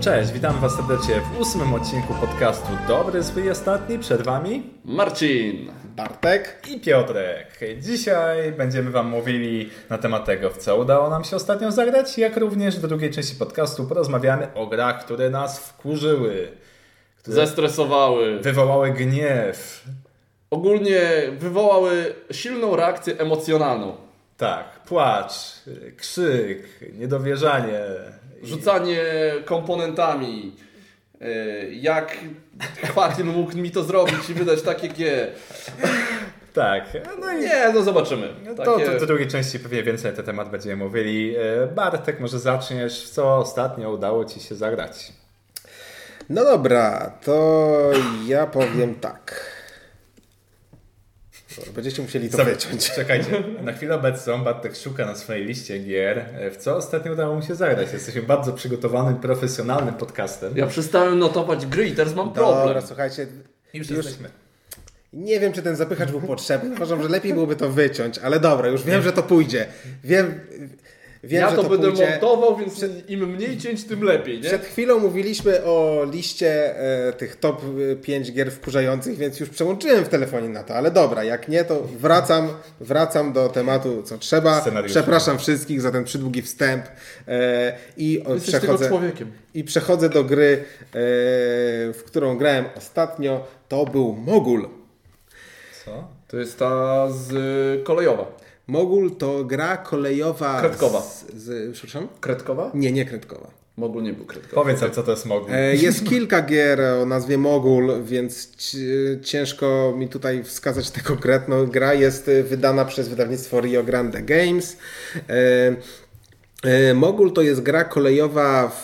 Cześć, witam Was serdecznie w 8. odcinku podcastu Dobry, Zły i Ostatni. Przed Wami Marcin, Bartek i Piotrek. Dzisiaj będziemy Wam mówili na temat tego, w co udało nam się ostatnio zagrać, jak również w drugiej części podcastu porozmawiamy o grach, które nas wkurzyły, które zestresowały, wywołały gniew. Ogólnie wywołały silną reakcję emocjonalną. Tak, płacz, krzyk, niedowierzanie. Rzucanie komponentami. Jak Chwatin mógł mi to zrobić i wydać takie G. Tak, no i no zobaczymy. to w drugiej części pewnie więcej na ten temat będziemy mówili. Bartek, może zaczniesz, w co ostatnio udało Ci się zagrać? No dobra, to ja powiem tak. Będziecie musieli to wyciąć. Czekajcie, na chwilę obecną Bartek szuka na swojej liście gier, w co ostatnio udało mu się zagrać. Jesteśmy bardzo przygotowanym, profesjonalnym podcastem. Ja przestałem notować gry i teraz mam problem. Dobra, słuchajcie. Już jesteśmy. Nie wiem, czy ten zapychacz był potrzebny. Uważam, że lepiej byłoby to wyciąć, ale dobra, już wiem, że to pójdzie. Wiem, ja że to będę pójdzie. montował, więc im mniej cięć, tym lepiej, nie? Przed chwilą mówiliśmy o liście tych top 5 gier wkurzających, więc już przełączyłem w telefonie na to, ale dobra, jak nie, to wracam do tematu, co trzeba. Przepraszam wszystkich za ten przydługi wstęp i przechodzę do gry, w którą grałem ostatnio. To był Mogul. Co? To jest ta kolejowa. Mogul to gra kolejowa... Kredkowa. Przepraszam? Kredkowa? Nie kredkowa. Mogul nie był kredkowy. Powiedz nam, co to jest Mogul. Jest kilka gier o nazwie Mogul, więc ciężko mi tutaj wskazać tę konkretną. Gra jest wydana przez wydawnictwo Rio Grande Games. Mogul to jest gra kolejowa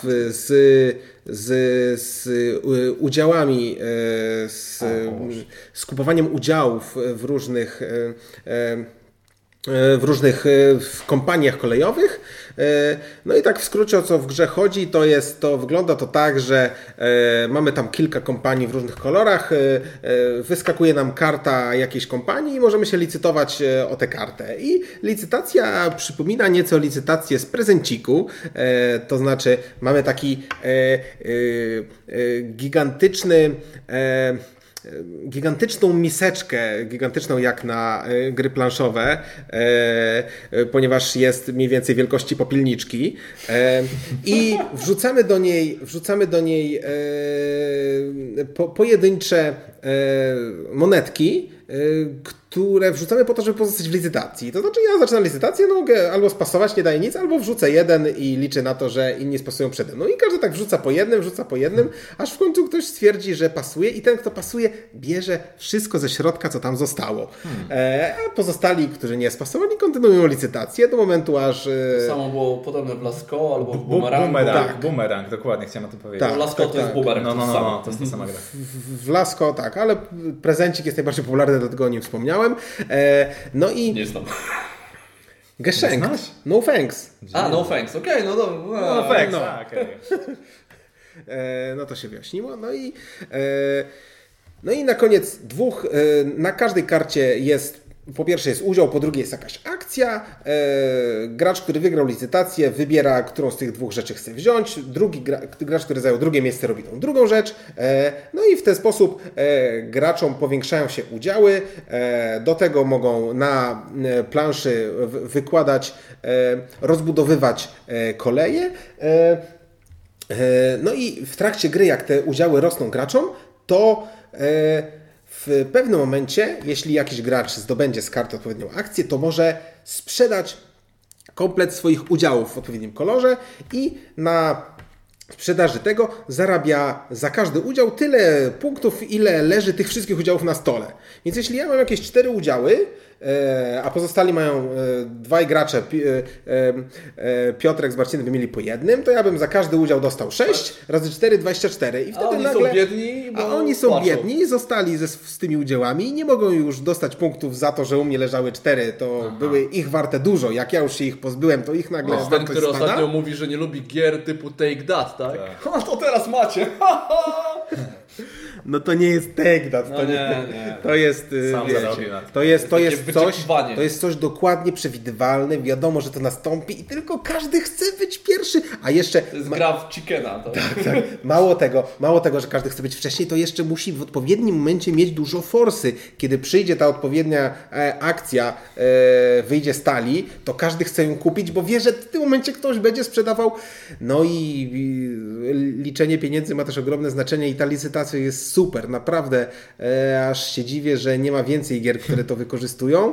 z udziałami, z kupowaniem udziałów w kompaniach kolejowych. No i tak w skrócie, o co w grze chodzi, wygląda to tak, że mamy tam kilka kompanii w różnych kolorach, wyskakuje nam karta jakiejś kompanii i możemy się licytować o tę kartę. I licytacja przypomina nieco licytację z prezenciku, to znaczy mamy taki gigantyczną miseczkę, gigantyczną jak na gry planszowe, ponieważ jest mniej więcej wielkości popielniczki i wrzucamy do niej pojedyncze monetki, które wrzucamy po to, żeby pozostać w licytacji. To znaczy ja zaczynam licytację, no mogę albo spasować, nie daje nic, albo wrzucę jeden i liczę na to, że inni spasują przede mną. I każdy tak wrzuca po jednym, aż w końcu ktoś stwierdzi, że pasuje i ten, kto pasuje, bierze wszystko ze środka, co tam zostało. A pozostali, którzy nie spasowali, kontynuują licytację do momentu, aż... To samo było podobne w Lasko albo w Boomerangu. Boomerang, dokładnie, chciałem o tym powiedzieć. Tak, Lasko to jest Boomerang. No, to jest ta sama gra. W Lasko tak, ale prezencik jest najbardziej popularny, dlatego o nim wspomniałem. No i... Nie znam. Geschenkt. No thanks. No thanks. Okej, no dobra. No thanks, okej. No to się wyjaśniło. No i na koniec na każdej karcie jest, po pierwsze jest udział, po drugie jest jakaś akcja. Gracz, który wygrał licytację, wybiera, którą z tych dwóch rzeczy chce wziąć. Gracz, który zajął drugie miejsce, robi tą drugą rzecz. No i w ten sposób graczom powiększają się udziały. Do tego mogą na planszy wykładać, rozbudowywać koleje. No i w trakcie gry, jak te udziały rosną graczom, to w pewnym momencie, jeśli jakiś gracz zdobędzie z karty odpowiednią akcję, to może sprzedać komplet swoich udziałów w odpowiednim kolorze i na sprzedaży tego zarabia za każdy udział tyle punktów, ile leży tych wszystkich udziałów na stole. Więc jeśli ja mam jakieś 4 udziały, a pozostali mają dwaj gracze, Piotrek z Marcinem by mieli po jednym, to ja bym za każdy udział dostał 6 razy 4, 24. I wtedy oni nagle, są biedni, a oni są biedni, zostali z tymi udziałami i nie mogą już dostać punktów za to, że u mnie leżały 4, to były ich warte dużo. Jak ja już się ich pozbyłem, to ich nagle ten, który spada. Ostatnio mówi, że nie lubi gier typu Take That, tak? To teraz macie. No to nie jest take that. No nie. To jest, Sam wiecie, zarobił na to. to jest coś dokładnie przewidywalne, wiadomo, że to nastąpi i tylko każdy chce być pierwszy, a jeszcze... To jest gra w chickena. To. Tak. Mało tego, że każdy chce być wcześniej, to jeszcze musi w odpowiednim momencie mieć dużo forsy. Kiedy przyjdzie ta odpowiednia akcja, wyjdzie z talii, to każdy chce ją kupić, bo wie, że w tym momencie ktoś będzie sprzedawał. No i liczenie pieniędzy ma też ogromne znaczenie i ta licytacja jest super. Naprawdę aż się dziwię, że nie ma więcej gier, które to wykorzystują.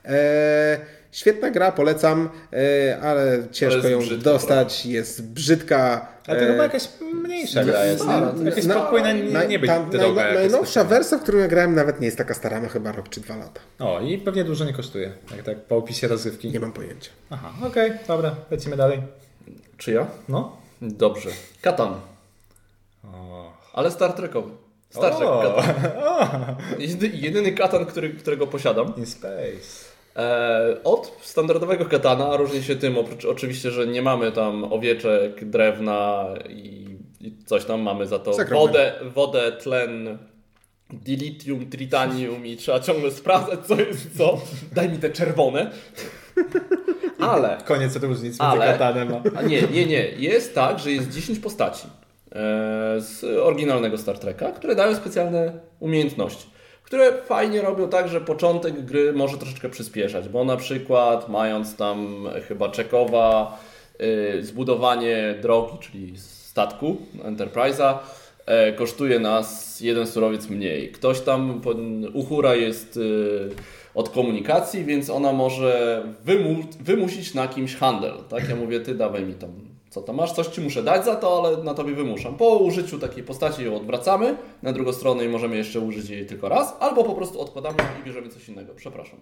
Świetna gra, polecam, ale ciężko ją dostać, jest brzydka. Ale to chyba jakaś mniejsza gra jest. Jakaś powinna nie być droga. Najnowsza wersja, w którą ja grałem, nawet nie jest taka stara, ma chyba rok czy 2 lata. O, i pewnie dużo nie kosztuje, tak po opisie rozgrywki. Nie mam pojęcia. Aha, okej, dobra, lecimy dalej. Czy ja? No. Dobrze. Katan. Ale Star Trekowy. Star Trek Katan. Jedyny Katan, którego posiadam. In space. Od standardowego Katana różni się tym, oprócz oczywiście, że nie mamy tam owieczek, drewna i coś tam, mamy za to wodę, tlen, dilithium, tritanium i trzeba ciągle sprawdzać, co jest co. Daj mi te czerwone. Ale... Koniec różnic między Katanem a... Nie. Jest tak, że jest 10 postaci z oryginalnego Star Treka, które dają specjalne umiejętności, które fajnie robią tak, że początek gry może troszeczkę przyspieszać, bo na przykład mając tam chyba Chekova zbudowanie drogi, czyli statku Enterprise'a, kosztuje nas jeden surowiec mniej. Ktoś tam, Uhura jest od komunikacji, więc ona może wymusić na kimś handel. Tak? Ja mówię, ty dawaj mi tam, co tam masz, coś ci muszę dać za to, ale na tobie wymuszam. Po użyciu takiej postaci ją odwracamy na drugą stronę i możemy jeszcze użyć jej tylko raz, albo po prostu odkładamy i bierzemy coś innego. Przepraszam.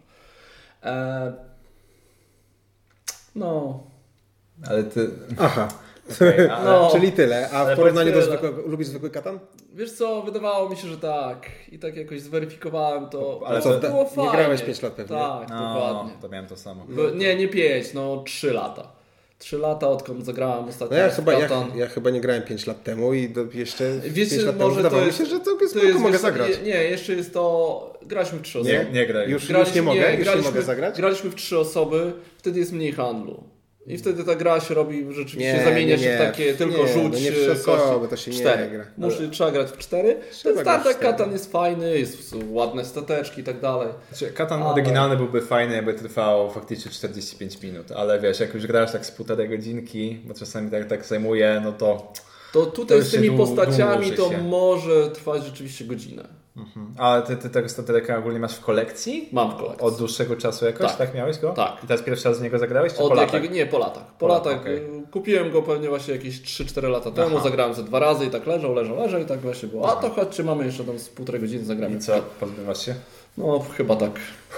No. Ale ty... Aha. Okay, ale... Czyli tyle. A w porównaniu do zwykłego, lubisz zwykły Katan? Wiesz co, wydawało mi się, że tak. I tak jakoś zweryfikowałem to. Ale to było fajnie. Nie grałeś 5 lat pewnie. Tak, dokładnie. To miałem to samo. Nie 5, 3 lata. 3 lata, odkąd zagrałem ostatnio. No ja chyba nie grałem 5 lat temu i jeszcze 5 lat temu wydawało mi się, że całkiem spoko mogę zagrać. Nie, jeszcze jest to... Graliśmy w 3 osoby. Nie graj. Już nie mogę zagrać? Graliśmy w 3 osoby, wtedy jest mniej handlu. I wtedy ta gra się robi, rzeczywiście zamienia się w takie tylko rzuć nie w 3 osoby, to się 4. nie gra. Trzeba grać w 4. Ten Star Trek Katan jest fajny, jest ładne stateczki i tak dalej. Znaczy, Katan oryginalny byłby fajny, jakby trwał faktycznie 45 minut, ale wiesz, jak już grasz tak z 1,5 godzinki, bo czasami tak zajmuje, no to... To tutaj z tymi postaciami to może trwać rzeczywiście godzinę. Ale ty tego Star Treka ogólnie masz w kolekcji? Mam w kolekcji. Od dłuższego czasu jakoś? Tak miałeś go? Tak. I teraz pierwszy raz z niego zagrałeś, czy po latach? Nie, po latach. Po latach. Okay. Kupiłem go pewnie właśnie jakieś 3-4 lata temu, zagrałem ze 2 razy i tak leżał i tak właśnie było. A to chodźcie, mamy jeszcze tam z 1,5 godziny zagramy. I co, pozbywasz się? No, chyba tak.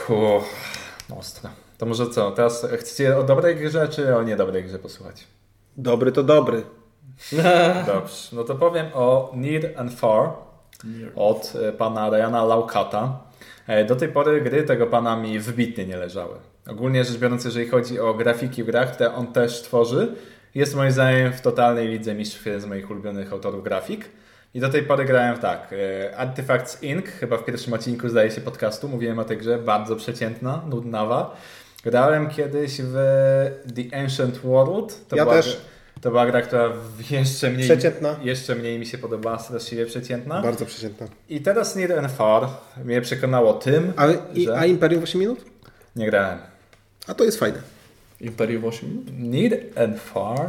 Ostro. To może co, teraz chcecie o dobrej grze, czy o niedobrej grze posłuchać? Dobry to dobry. Dobrze, no to powiem o Near and Far od pana Ryana Laukata. Do tej pory gry tego pana mi wybitnie nie leżały. Ogólnie rzecz biorąc, jeżeli chodzi o grafiki w grach, które on też tworzy, jest moim zdaniem w totalnej lidze mistrzów, jeden z moich ulubionych autorów grafik. I do tej pory grałem Artifacts Inc., chyba w pierwszym odcinku zdaje się podcastu, mówiłem o tej grze, bardzo przeciętna, nudnawa. Grałem kiedyś w The Ancient World. To była gra, która jeszcze mniej mi się podobała, straszliwie przeciętna. Bardzo przeciętna. I teraz Near and Far mnie przekonało tym, A Imperium 8 minut? Nie grałem. A to jest fajne. Imperium 8 minut? Near and Far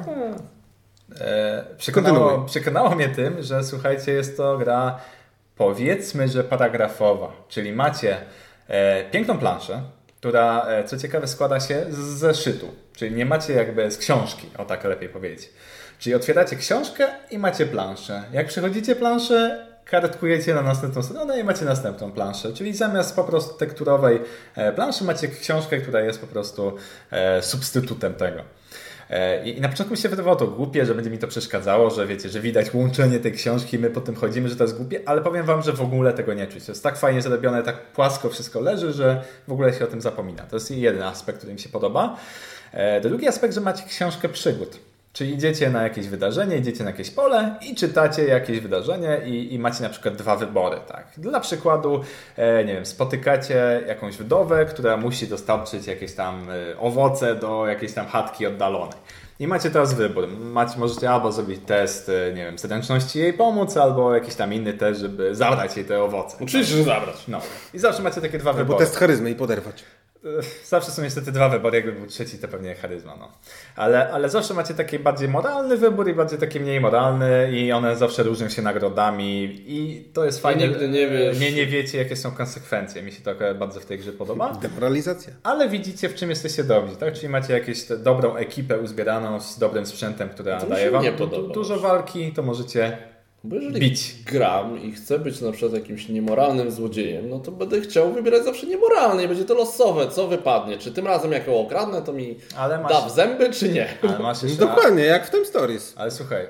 przekonało mnie tym, że słuchajcie, jest to gra powiedzmy, że paragrafowa. Czyli macie piękną planszę, która co ciekawe składa się z zeszytu. Czyli nie macie jakby z książki, o tak lepiej powiedzieć. Czyli otwieracie książkę i macie planszę. Jak przechodzicie planszę, kartkujecie na następną stronę i macie następną planszę. Czyli zamiast po prostu tekturowej planszy macie książkę, która jest po prostu substytutem tego. I na początku mi się wydawało to głupie, że będzie mi to przeszkadzało, że wiecie, że widać łączenie tej książki, my po tym chodzimy, że to jest głupie, ale powiem wam, że w ogóle tego nie czuć. To jest tak fajnie zrobione, tak płasko wszystko leży, że w ogóle się o tym zapomina. To jest jeden aspekt, który mi się podoba. Drugi aspekt, że macie książkę przygód. Czyli idziecie na jakieś wydarzenie, idziecie na jakieś pole i czytacie jakieś wydarzenie i macie na przykład 2 wybory. Tak? Dla przykładu, nie wiem, spotykacie jakąś wdowę, która musi dostarczyć jakieś tam owoce do jakiejś tam chatki oddalonej. I macie teraz wybór. Możecie albo zrobić test, nie wiem, zręczności jej pomóc, albo jakiś tam inny test, żeby zabrać jej te owoce. Oczywiście, że zabrać. No. I zawsze macie takie 2 Albo wybory. test charyzmy i poderwać. Zawsze są niestety 2 wybory, jakby był trzeci, to pewnie charyzma. No. Ale zawsze macie taki bardziej moralny wybór i bardziej taki mniej moralny i one zawsze różnią się nagrodami i to jest fajne. Nigdy nie wiesz. Nie wiecie, jakie są konsekwencje. Mi się to akurat bardzo w tej grze podoba. Demoralizacja. Ale widzicie, w czym jesteście dobrzy, tak? Czyli macie jakąś dobrą ekipę uzbieraną z dobrym sprzętem, która To mi daje się wam nie podoba. dużo walki, to możecie Bo jeżeli bić. gram i chcę być na przykład jakimś niemoralnym złodziejem, no to będę chciał wybierać zawsze niemoralnie. Będzie to losowe, co wypadnie. Czy tym razem jak ją okradnę, to mi da w zęby, czy nie? Ale masz jeszcze... Dokładnie, jak w tym Stories. Ale słuchaj...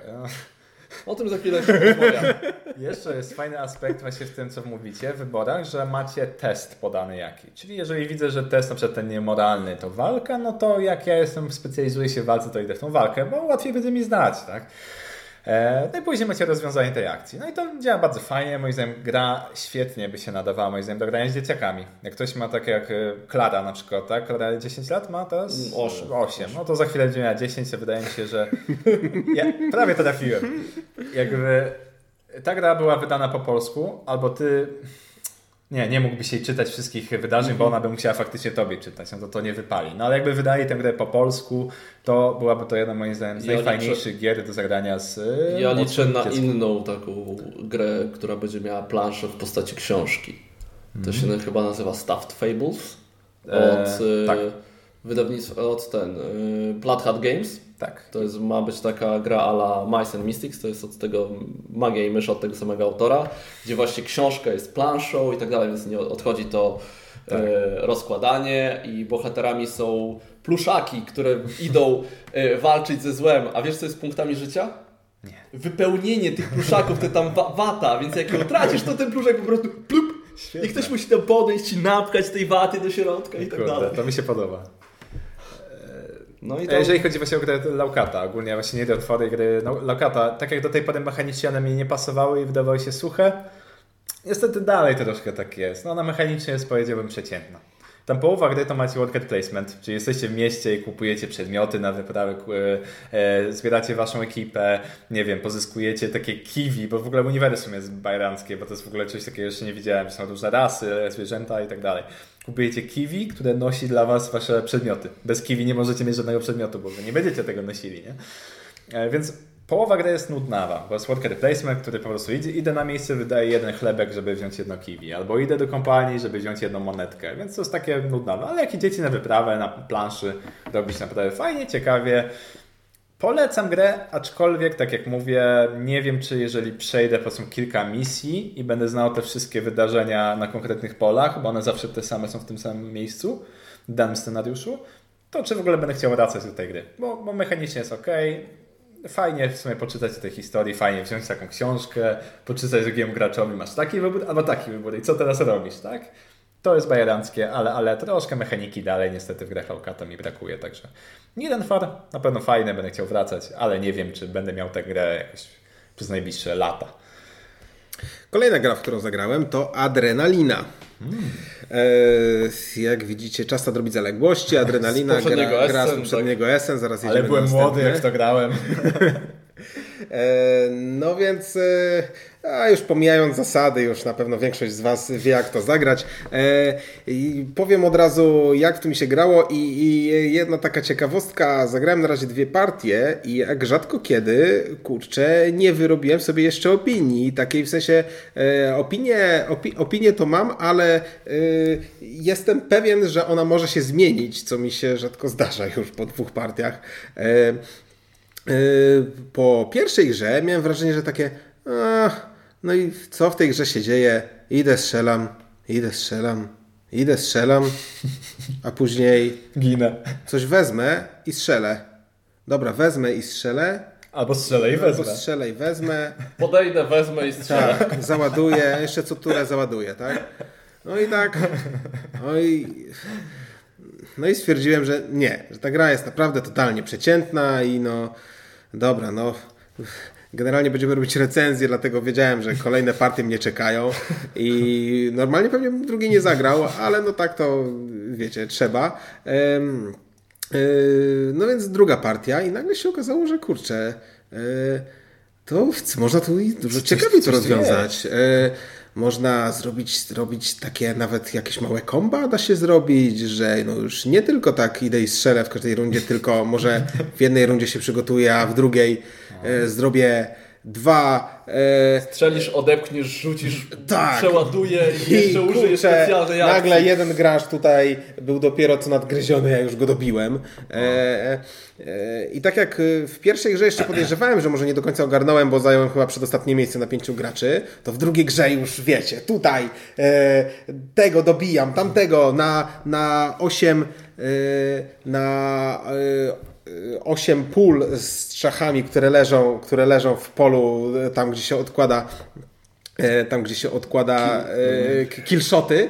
O tym za chwilę się porozmawiam. Jeszcze jest fajny aspekt właśnie w tym, co mówicie w wyborach, że macie test podany jaki. Czyli jeżeli widzę, że test na przykład ten niemoralny to walka, no to jak ja specjalizuję się w walce, to idę w tą walkę, bo łatwiej będzie mi zdać, tak? No i później macie rozwiązanie tej akcji. No i to działa bardzo fajnie, moim zdaniem gra świetnie by się nadawała moim zdaniem do grania z dzieciakami. Jak ktoś ma tak jak Klara na przykład, tak? Klara 10 lat ma teraz? 8. No to za chwilę będzie miała 10, to wydaje mi się, że ja prawie to trafiłem. Jakby ta gra była wydana po polsku, albo ty... Nie mógłbyś jej czytać wszystkich wydarzeń, bo ona by musiała faktycznie tobie czytać, no to nie wypali. No ale jakby wydali tę grę po polsku, to byłaby to jedna moim zdaniem z najfajniejszych gier do zagrania z Ja liczę na inną taką grę, która będzie miała planszę w postaci książki. To się chyba nazywa Stuffed Fables od tak. wydawnictwa, Blood Hat Games. Tak. To ma być taka gra a la Mice and Mystics, to jest od tego Magia i Mysz, od tego samego autora, gdzie właśnie książka jest planszą i tak dalej, więc nie odchodzi to rozkładanie i bohaterami są pluszaki, które idą walczyć ze złem. A wiesz, co jest punktami życia? Nie. Wypełnienie tych pluszaków to tam wata, więc jak ją tracisz, to ten pluszek po prostu plup i ktoś musi tam podejść i napchać tej waty do środka i tak dalej. To mi się podoba. No i to... Jeżeli chodzi właśnie o grę Laukata, ogólnie właśnie nie do otworej gry Laukata, tak jak do tej pory mechanicznie one mi nie pasowały i wydawały się suche, niestety dalej troszkę tak jest. No ona mechanicznie jest, powiedziałbym, przeciętna. Tam połowa gry to macie worker placement, czyli jesteście w mieście i kupujecie przedmioty na wyprawy, zbieracie waszą ekipę, nie wiem, pozyskujecie takie kiwi, bo w ogóle uniwersum jest bajeranckie, bo to jest w ogóle coś takiego, jeszcze nie widziałem, że są różne rasy, zwierzęta i tak dalej. Kupujecie kiwi, które nosi dla was wasze przedmioty. Bez kiwi nie możecie mieć żadnego przedmiotu, bo wy nie będziecie tego nosili, nie? Więc połowa gry jest nudnawa, bo jest worker placement, który po prostu idę na miejsce, wydaję jeden chlebek, żeby wziąć jedno kiwi, albo idę do kompanii, żeby wziąć jedną monetkę, więc to jest takie nudnawe, ale jak idziecie na wyprawę, na planszy, robić naprawdę fajnie, ciekawie. Polecam grę, aczkolwiek, tak jak mówię, nie wiem, czy jeżeli przejdę po prostu kilka misji i będę znał te wszystkie wydarzenia na konkretnych polach, bo one zawsze te same są w tym samym miejscu, w danym scenariuszu, to czy w ogóle będę chciał wracać do tej gry, bo mechanicznie jest ok. Fajnie w sumie poczytać o tej historii, fajnie wziąć taką książkę, poczytać drugiemu graczowi, masz taki wybór albo taki wybór i co teraz robisz, tak? To jest bajeranckie, ale troszkę mechaniki dalej niestety w grach Laukata mi brakuje, także jeden far, na pewno fajne, będę chciał wracać, ale nie wiem, czy będę miał tę grę jakoś przez najbliższe lata. Kolejna gra, w którą zagrałem, to Adrenalina. Jak widzicie, czas nadrobić zaległości. Adrenalina, gra z poprzedniego Essen. Zaraz ale byłem młody, jak to grałem. No więc, już pomijając zasady, już na pewno większość z Was wie, jak to zagrać. Powiem od razu, jak tu mi się grało i jedna taka ciekawostka. Zagrałem na razie 2 partie i jak rzadko kiedy, kurczę, nie wyrobiłem sobie jeszcze opinii. Takiej w sensie, opinię to mam, ale jestem pewien, że ona może się zmienić, co mi się rzadko zdarza już po 2 partiach. Po pierwszej grze miałem wrażenie, że takie no i co w tej grze się dzieje? Idę strzelam, a później ginę. Coś wezmę i strzelę. Dobra, wezmę i strzelę. Albo strzelę i wezmę. Podejdę, wezmę i strzelę. Tak, załaduję, jeszcze co turę załaduję, tak? No i tak. No i stwierdziłem, że nie, że ta gra jest naprawdę totalnie przeciętna i Dobra, no... Generalnie będziemy robić recenzję, dlatego wiedziałem, że kolejne partie mnie czekają i normalnie pewnie bym drugi nie zagrał, ale no tak to, wiecie, trzeba. No więc druga partia i nagle się okazało, że kurczę, to można tu dużo ciekawiej to rozwiązać. Można zrobić takie nawet jakieś małe komba da się zrobić, że no już nie tylko tak idę i strzelę w każdej rundzie, tylko może w jednej rundzie się przygotuję, a w drugiej zrobię 2... Strzelisz, odepchniesz, rzucisz, tak. Przeładuje i jeszcze użyjesz specjalnej akcji. Nagle jeden gracz tutaj był dopiero co nadgryziony, ja już go dobiłem. I tak jak w pierwszej grze jeszcze podejrzewałem, że może nie do końca ogarnąłem, bo zająłem chyba przedostatnie miejsce na 5 graczy, to w drugiej grze już wiecie, tutaj tego dobijam, tamtego na 8 8 pól z strzachami, które leżą w polu tam, gdzie się odkłada killshoty.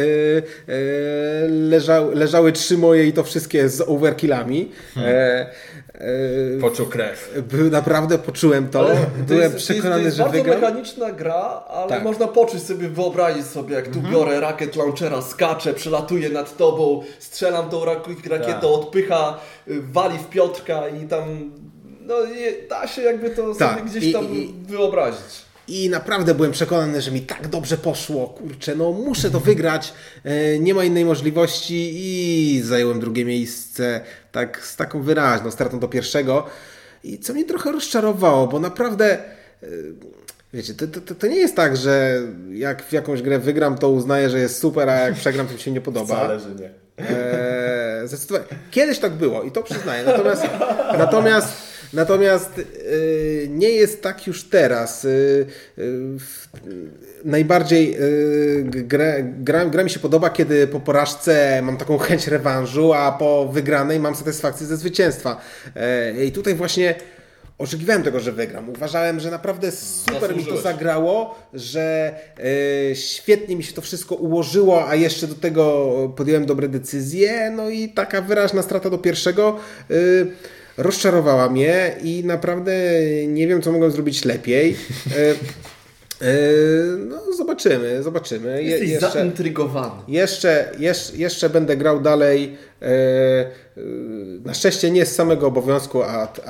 Leżały 3 moje i to wszystkie z overkillami. Poczuł krew. Naprawdę poczułem to. Byłem przekonany, że wygram. To jest bardzo mechaniczna gra, ale tak. Można poczuć sobie, wyobrazić sobie, jak tu biorę rakiet launchera, skaczę, przelatuję nad tobą, strzelam tą rakietą, odpycha, wali w Piotrka i tam da się jakby to sobie gdzieś tam wyobrazić. I naprawdę byłem przekonany, że mi tak dobrze poszło, kurczę, no muszę to wygrać, nie ma innej możliwości i zająłem drugie miejsce tak z taką wyraźną stratą do pierwszego i co mnie trochę rozczarowało, bo naprawdę, wiecie, to nie jest tak, że jak w jakąś grę wygram, to uznaję, że jest super, a jak przegram, to mi się nie podoba. Wcale, że nie. Zdecydowanie. Kiedyś tak było i to przyznaję, Natomiast nie jest tak już teraz. Najbardziej gra mi się podoba, kiedy po porażce mam taką chęć rewanżu, a po wygranej mam satysfakcję ze zwycięstwa. I tutaj właśnie oczekiwałem tego, że wygram. Uważałem, że naprawdę super mi to zagrało, że świetnie mi się to wszystko ułożyło, a jeszcze do tego podjąłem dobre decyzje. No i taka wyraźna strata do pierwszego rozczarowała mnie i naprawdę nie wiem, co mogłem zrobić lepiej. No zobaczymy. Jesteś zaintrygowany. Jeszcze będę grał dalej. Na szczęście nie z samego obowiązku,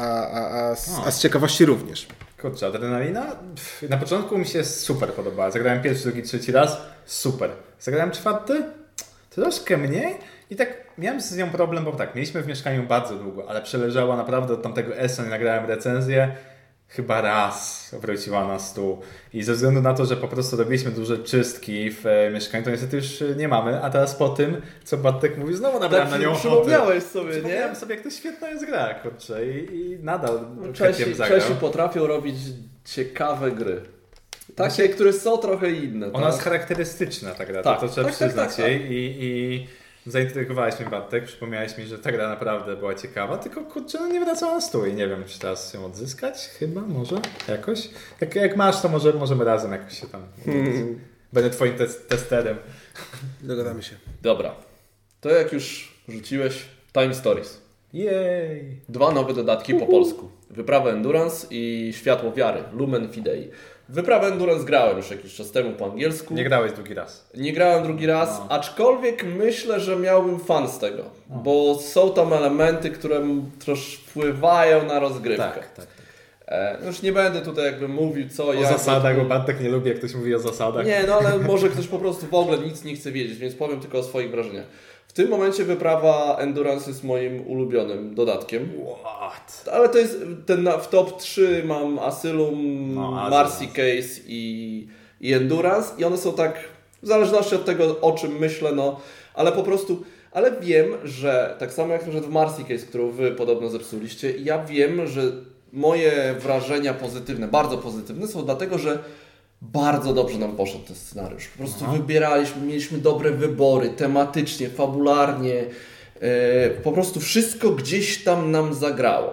a z ciekawości również. Kurczę, adrenalina? Na początku mi się super podobała. Zagrałem pierwszy, drugi, trzeci raz. Super. Zagrałem czwarty? Troszkę mniej. I tak miałem z nią problem, bo tak, mieliśmy w mieszkaniu bardzo długo, ale przeleżała naprawdę od tamtego Essen i nagrałem recenzję. Chyba raz wróciła na stół. I ze względu na to, że po prostu robiliśmy duże czystki w mieszkaniu, to niestety już nie mamy. A teraz po tym, co Bartek mówi, znowu nabrałem na nią ochotę. Przypomniałeś sobie, nie? Przypomniałem sobie, jak to świetna jest gra, kurczę. I nadal Czesi potrafią robić ciekawe gry. Takie, które są trochę inne. Ona jest charakterystyczna, ta gra, to trzeba przyznać jej. I zaintrygowałeś mnie, Bartek, przypomniałeś mi, że ta gra naprawdę była ciekawa, tylko kurczę, nie wracała na stół i nie wiem, czy teraz ją odzyskać, chyba, może, jakoś. Jak masz, to możemy razem jakoś się tam... Będę twoim testerem. Dogadamy się. Dobra, to jak już rzuciłeś Time Stories. Jej! 2 nowe dodatki po polsku. Wyprawa Endurance i Światło Wiary, Lumen Fidei. Wyprawę Endurance grałem już jakiś czas temu po angielsku. Nie grałeś drugi raz. Nie grałem drugi raz, aczkolwiek myślę, że miałbym fan z tego, bo są tam elementy, które troszkę wpływają na rozgrywkę. Tak. Już nie będę tutaj jakby mówił co o zasadach, bo Bartek nie lubi, jak ktoś mówi o zasadach. Nie, no ale może ktoś po prostu w ogóle nic nie chce wiedzieć, więc powiem tylko o swoich wrażeniach. W tym momencie wyprawa Endurance jest moim ulubionym dodatkiem. What? Ale to jest w top 3 mam Asylum, Marcy Case i Endurance i one są tak, w zależności od tego, o czym myślę, ale po prostu, ale wiem, że tak samo jak na przykład w Marcy Case, którą wy podobno zepsuliście, ja wiem, że moje wrażenia pozytywne, bardzo pozytywne są dlatego, że bardzo dobrze nam poszedł ten scenariusz. Po prostu wybieraliśmy, mieliśmy dobre wybory, tematycznie, fabularnie. Po prostu wszystko gdzieś tam nam zagrało.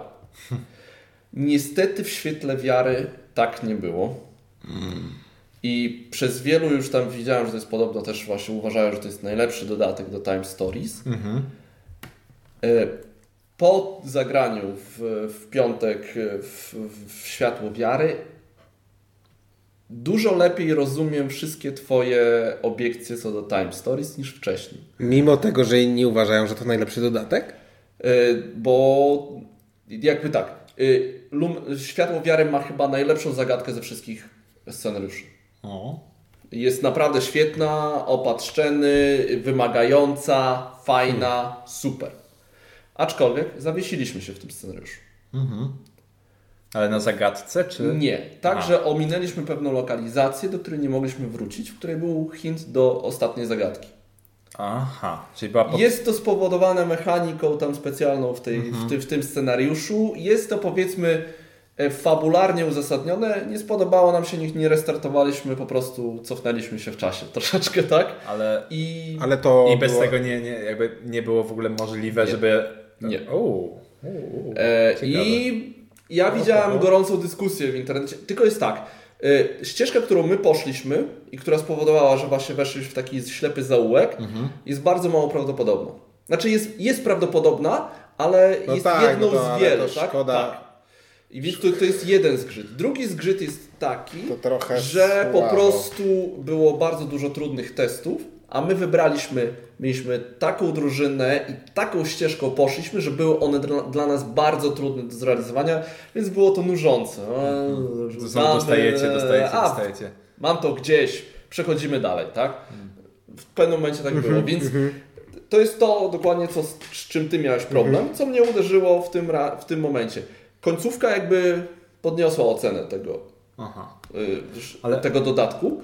Niestety w Świetle Wiary tak nie było. I przez wielu już tam widziałem, że to jest podobno też właśnie uważają, że to jest najlepszy dodatek do Time Stories. po zagraniu w piątek w Światło Wiary dużo lepiej rozumiem wszystkie Twoje obiekcje co do Time Stories niż wcześniej. Mimo tego, że nie uważają, że to najlepszy dodatek? Bo jakby tak, Światło Wiary ma chyba najlepszą zagadkę ze wszystkich scenariuszy. Jest naprawdę świetna, opatrzczeny, wymagająca, fajna, super. Aczkolwiek zawiesiliśmy się w tym scenariuszu. Ale na zagadce, czy? Nie. Także ominęliśmy pewną lokalizację, do której nie mogliśmy wrócić, w której był hint do ostatniej zagadki. Aha, czyli była Jest to spowodowane mechaniką tam specjalną w tym scenariuszu. Jest to powiedzmy fabularnie uzasadnione. Nie spodobało nam się, nie restartowaliśmy, po prostu cofnęliśmy się w czasie troszeczkę, tak? Ale to I bez było... tego jakby nie było w ogóle możliwe, żeby... Nie. I ja widziałem gorącą dyskusję w internecie. Tylko jest tak, ścieżka, którą my poszliśmy i która spowodowała, że właśnie weszliśmy w taki ślepy zaułek, jest bardzo mało prawdopodobna. Znaczy jest prawdopodobna, ale jest jedną z wielu, tak? Szkoda. Tak. I więc to jest jeden zgrzyt. Drugi zgrzyt jest taki, że słabo. po prostu było bardzo dużo trudnych testów, a my mieliśmy taką drużynę i taką ścieżką poszliśmy, że były one dla nas bardzo trudne do zrealizowania, więc było to nużące. Dostajecie. Mam to gdzieś, przechodzimy dalej, tak? W pewnym momencie tak było, więc to jest to dokładnie, z czym Ty miałeś problem, co mnie uderzyło w tym momencie. Końcówka jakby podniosła ocenę tego dodatku.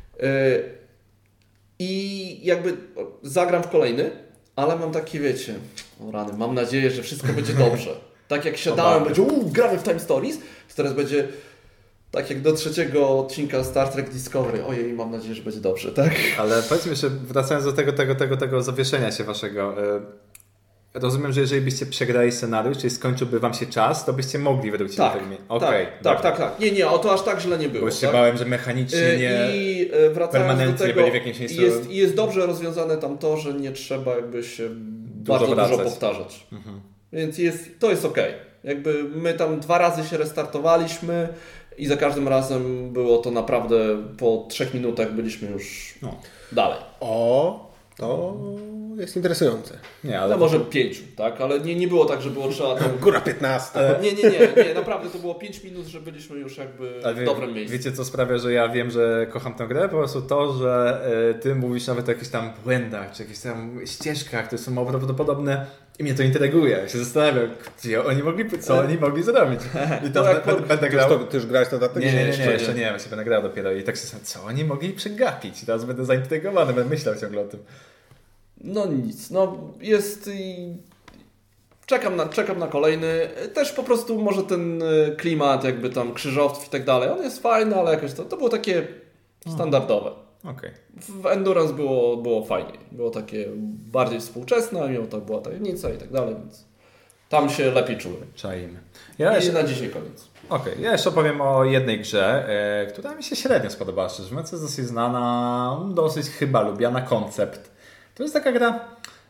I jakby zagram w kolejny, ale mam takie, wiecie, o rany, mam nadzieję, że wszystko będzie dobrze. Tak jak siadałem, będzie gramy w Time Stories, teraz będzie tak jak do 3. odcinka Star Trek Discovery. Ojej, mam nadzieję, że będzie dobrze, tak? Ale powiedzmy jeszcze, wracając do tego zawieszenia się waszego, rozumiem, że jeżeli byście przegrali scenariusz, czyli skończyłby wam się czas, to byście mogli wrócić do tego miejsca. Tak. Nie, o to aż tak źle nie było. Bo już się bałem, że mechanicznie I wracając do tego, byli w jakimś miejscu... jest dobrze rozwiązane tam to, że nie trzeba jakby się dużo powtarzać. Więc to jest okej. Jakby my tam 2 razy się restartowaliśmy i za każdym razem było to naprawdę po 3 minutach byliśmy już dalej. To jest interesujące. Ale może 5, tak? Ale nie było tak, że było trzeba tam... Góra 15. Nie, naprawdę to było 5 minut, że byliśmy już jakby w dobrym miejscu. Wiecie, co sprawia, że ja wiem, że kocham tę grę? Po prostu to, że ty mówisz nawet o jakichś tam błędach, czy jakichś tam ścieżkach, które są mało prawdopodobne i mnie to intryguje. Ja się zastanawiam, co oni mogli zrobić. I to będę grał... Ty już grałeś na dodatek? Nie, jeszcze nie. Właśnie będę grał dopiero i tak się zastanawiam, co oni mogli przegapić. I teraz będę zaintrygowany, będę myślał ciągle o tym. No nic, jest i czekam na kolejny. Też po prostu może ten klimat jakby tam krzyżowców i tak dalej, on jest fajny, ale jakoś to było takie standardowe. Okay. W Endurance było fajniej, było takie bardziej współczesne, mimo to była tajemnica i tak dalej, więc tam się lepiej czułem. Czaimy. Na dzisiaj koniec. Ja jeszcze opowiem o jednej grze, która mi się średnio spodobała, szczerze mówiąc, jest dosyć znana, dosyć chyba lubiana koncept. To jest taka gra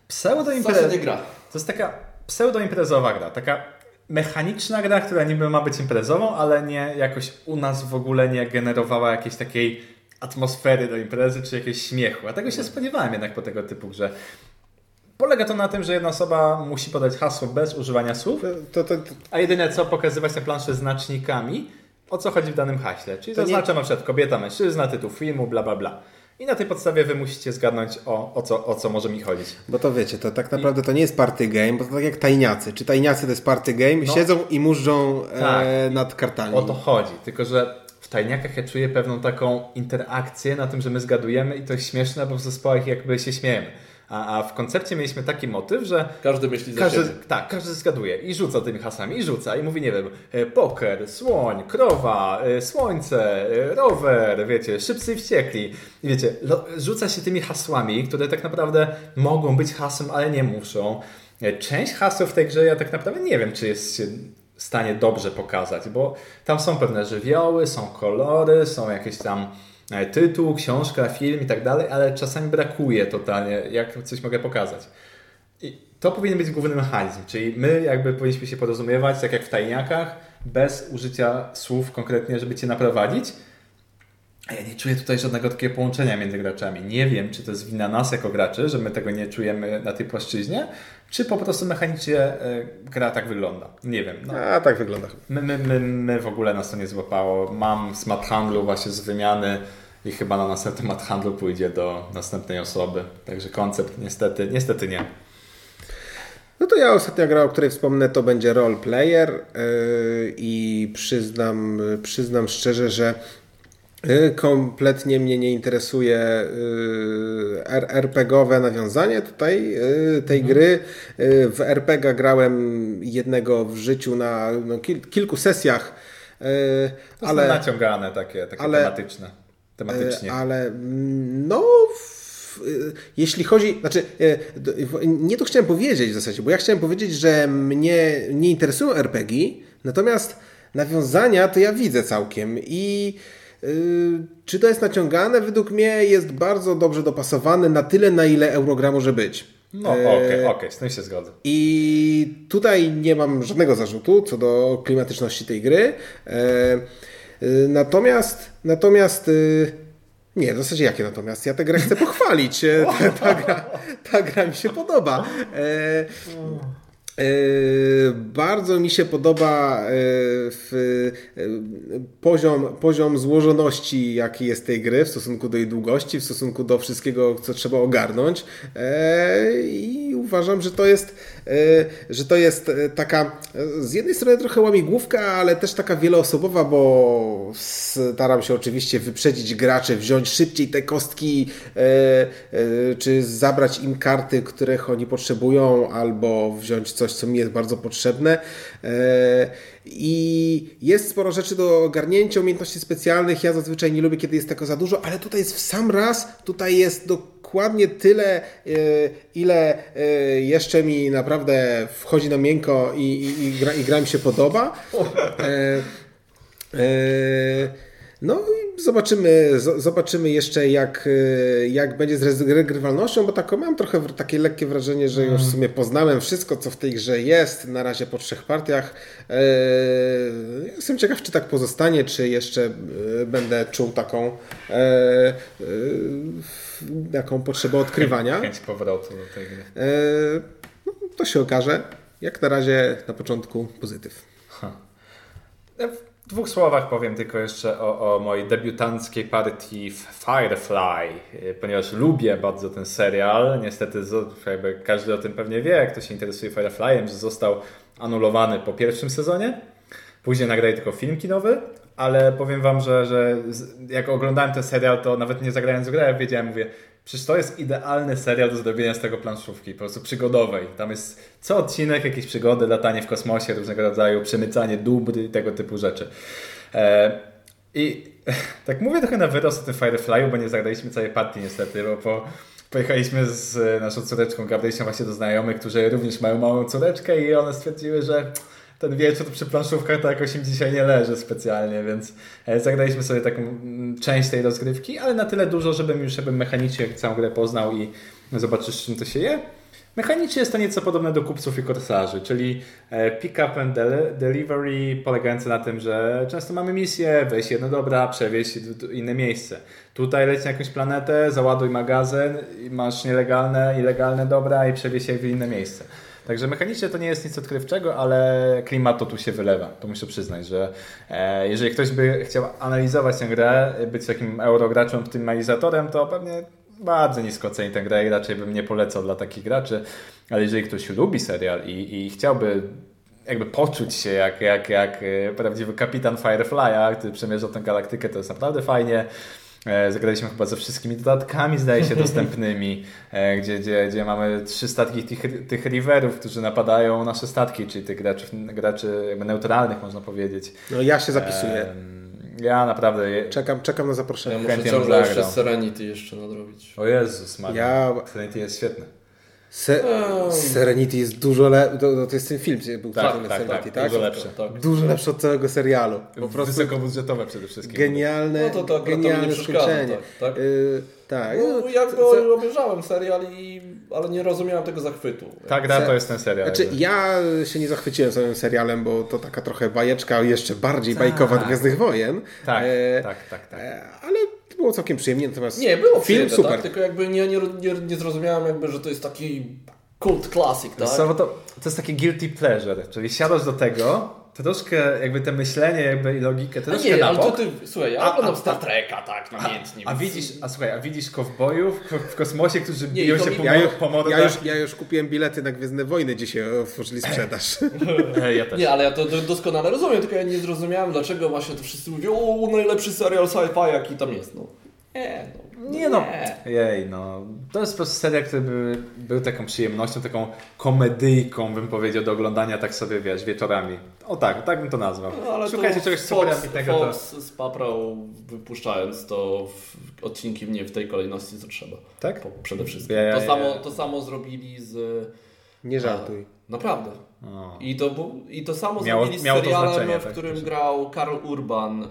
To jest taka pseudoimprezowa gra, taka mechaniczna gra, która niby ma być imprezową, ale nie jakoś u nas w ogóle nie generowała jakiejś takiej atmosfery do imprezy czy jakiegoś śmiechu. A tego się spodziewałem jednak po tego typu grze. Polega to na tym, że jedna osoba musi podać hasło bez używania słów, a jedyne co pokazywać na planszy znacznikami, o co chodzi w danym haśle. Czyli zaznaczam na przykład kobieta, mężczyzna, tytuł filmu, bla bla bla. I na tej podstawie wy musicie zgadnąć o co może mi chodzić. Bo to wiecie, to tak naprawdę to nie jest party game, bo to tak jak tajniacy. Czy tajniacy to jest party game? Siedzą i mużdżą nad kartami. O to chodzi, tylko że w tajniakach ja czuję pewną taką interakcję na tym, że my zgadujemy i to jest śmieszne, bo w zespołach jakby się śmiejemy. A w koncepcie mieliśmy taki motyw, że każdy myśli za siebie. Tak, każdy zgaduje i rzuca tymi hasłami i mówi, nie wiem, poker, słoń, krowa, słońce, rower, wiecie, szybcy i wściekli. I wiecie, rzuca się tymi hasłami, które tak naprawdę mogą być hasłem, ale nie muszą. Część haseł w tej grze ja tak naprawdę nie wiem, czy jest się w stanie dobrze pokazać, bo tam są pewne żywioły, są kolory, są jakieś tam tytuł, książka, film i tak dalej, ale czasami brakuje totalnie, jak coś mogę pokazać. I to powinien być główny mechanizm, czyli my jakby powinniśmy się porozumiewać, tak jak w tajniakach, bez użycia słów konkretnie, żeby cię naprowadzić. A ja nie czuję tutaj żadnego takiego połączenia między graczami. Nie wiem, czy to jest wina nas jako graczy, że my tego nie czujemy na tej płaszczyźnie, czy po prostu mechanicznie gra tak wygląda. Nie wiem. No. A tak wygląda. My w ogóle nas to nie złapało. Mam z mat handlu właśnie z wymiany i chyba na następny mat handlu pójdzie do następnej osoby. Także koncept niestety nie. No to ja ostatnia gra, o której wspomnę, to będzie Role Player i przyznam szczerze, że kompletnie mnie nie interesuje RPG-owe nawiązanie tutaj tej gry. W RPG grałem jednego w życiu na kilku sesjach. To ale są naciągane takie tematycznie. Ale no... Jeśli chodzi, znaczy nie to chciałem powiedzieć w zasadzie, bo ja chciałem powiedzieć, że mnie nie interesują RPG, natomiast nawiązania to ja widzę całkiem i czy to jest naciągane? Według mnie jest bardzo dobrze dopasowane na tyle, na ile Eurogra może być. No okej, z tym się zgodzę. I tutaj nie mam żadnego zarzutu co do klimatyczności tej gry. Natomiast nie, w zasadzie jakie natomiast? Ja tę grę chcę pochwalić. Ta gra mi się podoba. Bardzo mi się podoba poziom złożoności, jaki jest tej gry w stosunku do jej długości, w stosunku do wszystkiego, co trzeba ogarnąć. I uważam, że to jest taka z jednej strony trochę łamigłówka, ale też taka wieloosobowa, bo staram się oczywiście wyprzedzić graczy, wziąć szybciej te kostki, czy zabrać im karty, których oni potrzebują, albo wziąć coś, co mi jest bardzo potrzebne. I jest sporo rzeczy do ogarnięcia, umiejętności specjalnych. Ja zazwyczaj nie lubię, kiedy jest tego za dużo, ale tutaj jest w sam raz, tutaj jest dokładnie tyle, ile jeszcze mi naprawdę wchodzi na miękko i gra mi się podoba. No i zobaczymy jeszcze jak będzie z regrywalnością, bo mam trochę takie lekkie wrażenie, że już w sumie poznałem wszystko, co w tej grze jest, na razie po 3 partiach. Jestem ciekaw, czy tak pozostanie, czy jeszcze będę czuł taką potrzebę odkrywania. Chęć powrotu do tej gry. No, to się okaże. Jak na razie na początku pozytyw. W 2 słowach powiem tylko jeszcze o mojej debiutanckiej partii w Firefly, ponieważ lubię bardzo ten serial. Niestety jakby każdy o tym pewnie wie, kto się interesuje Fireflyem, że został anulowany po 1. sezonie. Później nagrali tylko film kinowy, ale powiem wam, że jak oglądałem ten serial, to nawet nie zagrając w grę, mówię, przecież to jest idealny serial do zrobienia z tego planszówki, po prostu przygodowej. Tam jest co odcinek jakieś przygody, latanie w kosmosie różnego rodzaju, przemycanie dóbr i tego typu rzeczy. I tak mówię trochę na wyrost o tym Firefly'u, bo nie zagraliśmy całej partii niestety, bo pojechaliśmy z naszą córeczką Gabrysią właśnie do znajomych, którzy również mają małą córeczkę i one stwierdziły, że ten wieczór przy planszówkach to jakoś im dzisiaj nie leży specjalnie, więc zagraliśmy sobie taką część tej rozgrywki, ale na tyle dużo, żebym mechanicznie całą grę poznał i zobaczysz, z czym to się je. Mechanicznie jest to nieco podobne do kupców i korsarzy, czyli pick up and delivery polegające na tym, że często mamy misję, weź jedno dobra, przewieź w inne miejsce. Tutaj leć na jakąś planetę, załaduj magazyn, masz nielegalne i legalne dobra i przewieź je w inne miejsce. Także mechanicznie to nie jest nic odkrywczego, ale klimat to tu się wylewa. To muszę przyznać, że jeżeli ktoś by chciał analizować tę grę, być takim eurograczem, optymalizatorem, to pewnie bardzo nisko ceni tę grę i raczej bym nie polecał dla takich graczy. Ale jeżeli ktoś lubi serial i chciałby jakby poczuć się jak prawdziwy kapitan Firefly'a, który przemierzał tę galaktykę, to jest naprawdę fajnie. Zagraliśmy chyba ze wszystkimi dodatkami, zdaje się, dostępnymi, gdzie mamy 3 statki tych riverów, którzy napadają nasze statki, czyli tych graczy jakby neutralnych, można powiedzieć. No ja się zapisuję. Ja naprawdę... Czekam na zaproszenie. Ja muszę ciągle jeszcze Serenity jeszcze nadrobić. O Jezus Maria, Serenity jest świetny. Serenity jest dużo lepszy. To jest ten film, gdzie był Serenity, tak? Dużo lepszy. Dużo lepszy od całego serialu. Po prostu wysokobudżetowe przede wszystkim. Genialne, no to genialne nie skończenie. Tak? Tak. No, jakby obejrzałem serial, ale nie rozumiałem tego zachwytu. Ta gra to jest ten serial. Znaczy, ja się nie zachwyciłem samym serialem, bo to taka trochę bajeczka, jeszcze bardziej bajkowa od Gwiezdnych Wojen. Tak. Ale było całkiem przyjemnie, natomiast nie, było film przyjemne, super. Tak? Tylko jakby nie zrozumiałem jakby, że to jest taki cult classic, tak? To jest taki guilty pleasure, czyli siadasz do tego, troszkę jakby te myślenie jakby i logikę troszkę na bok. Ale słuchaj, ja oglądam Star Treka, tak, namiętnie. A widzisz kowbojów w kosmosie, którzy biją się po mordach. Ja już kupiłem bilety na Gwiezdne Wojny, dzisiaj otworzyli sprzedaż. Ja też. Nie, ale ja to doskonale rozumiem, tylko ja nie zrozumiałem, dlaczego właśnie to wszyscy mówią, o, najlepszy serial sci-fi, jaki tam jest, no. To jest po prostu serial, który był taką przyjemnością, taką komedyjką, bym powiedział, do oglądania tak sobie, wiesz, wieczorami. O tak bym to nazwał. No, ale szukajcie czegoś super ambitnego. Fox spaprał, wypuszczając to odcinki w tej kolejności, co trzeba. Tak? Przede wszystkim. To samo zrobili z... Nie żartuj. Naprawdę. O. I to samo miało zrobili z to serialem, znaczenie, w którym grał Karl Urban.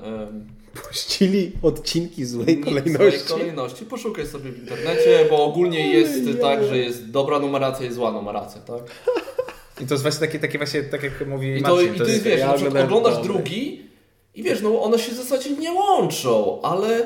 Puścili odcinki złej kolejności. Poszukaj sobie w internecie, bo ogólnie jest tak, że jest dobra numeracja i zła numeracja, tak? I to jest właśnie takie właśnie, tak jak mówi I Marcin. to jest, wiesz, na przykład oglądasz drugi i wiesz, no one się w zasadzie nie łączą, ale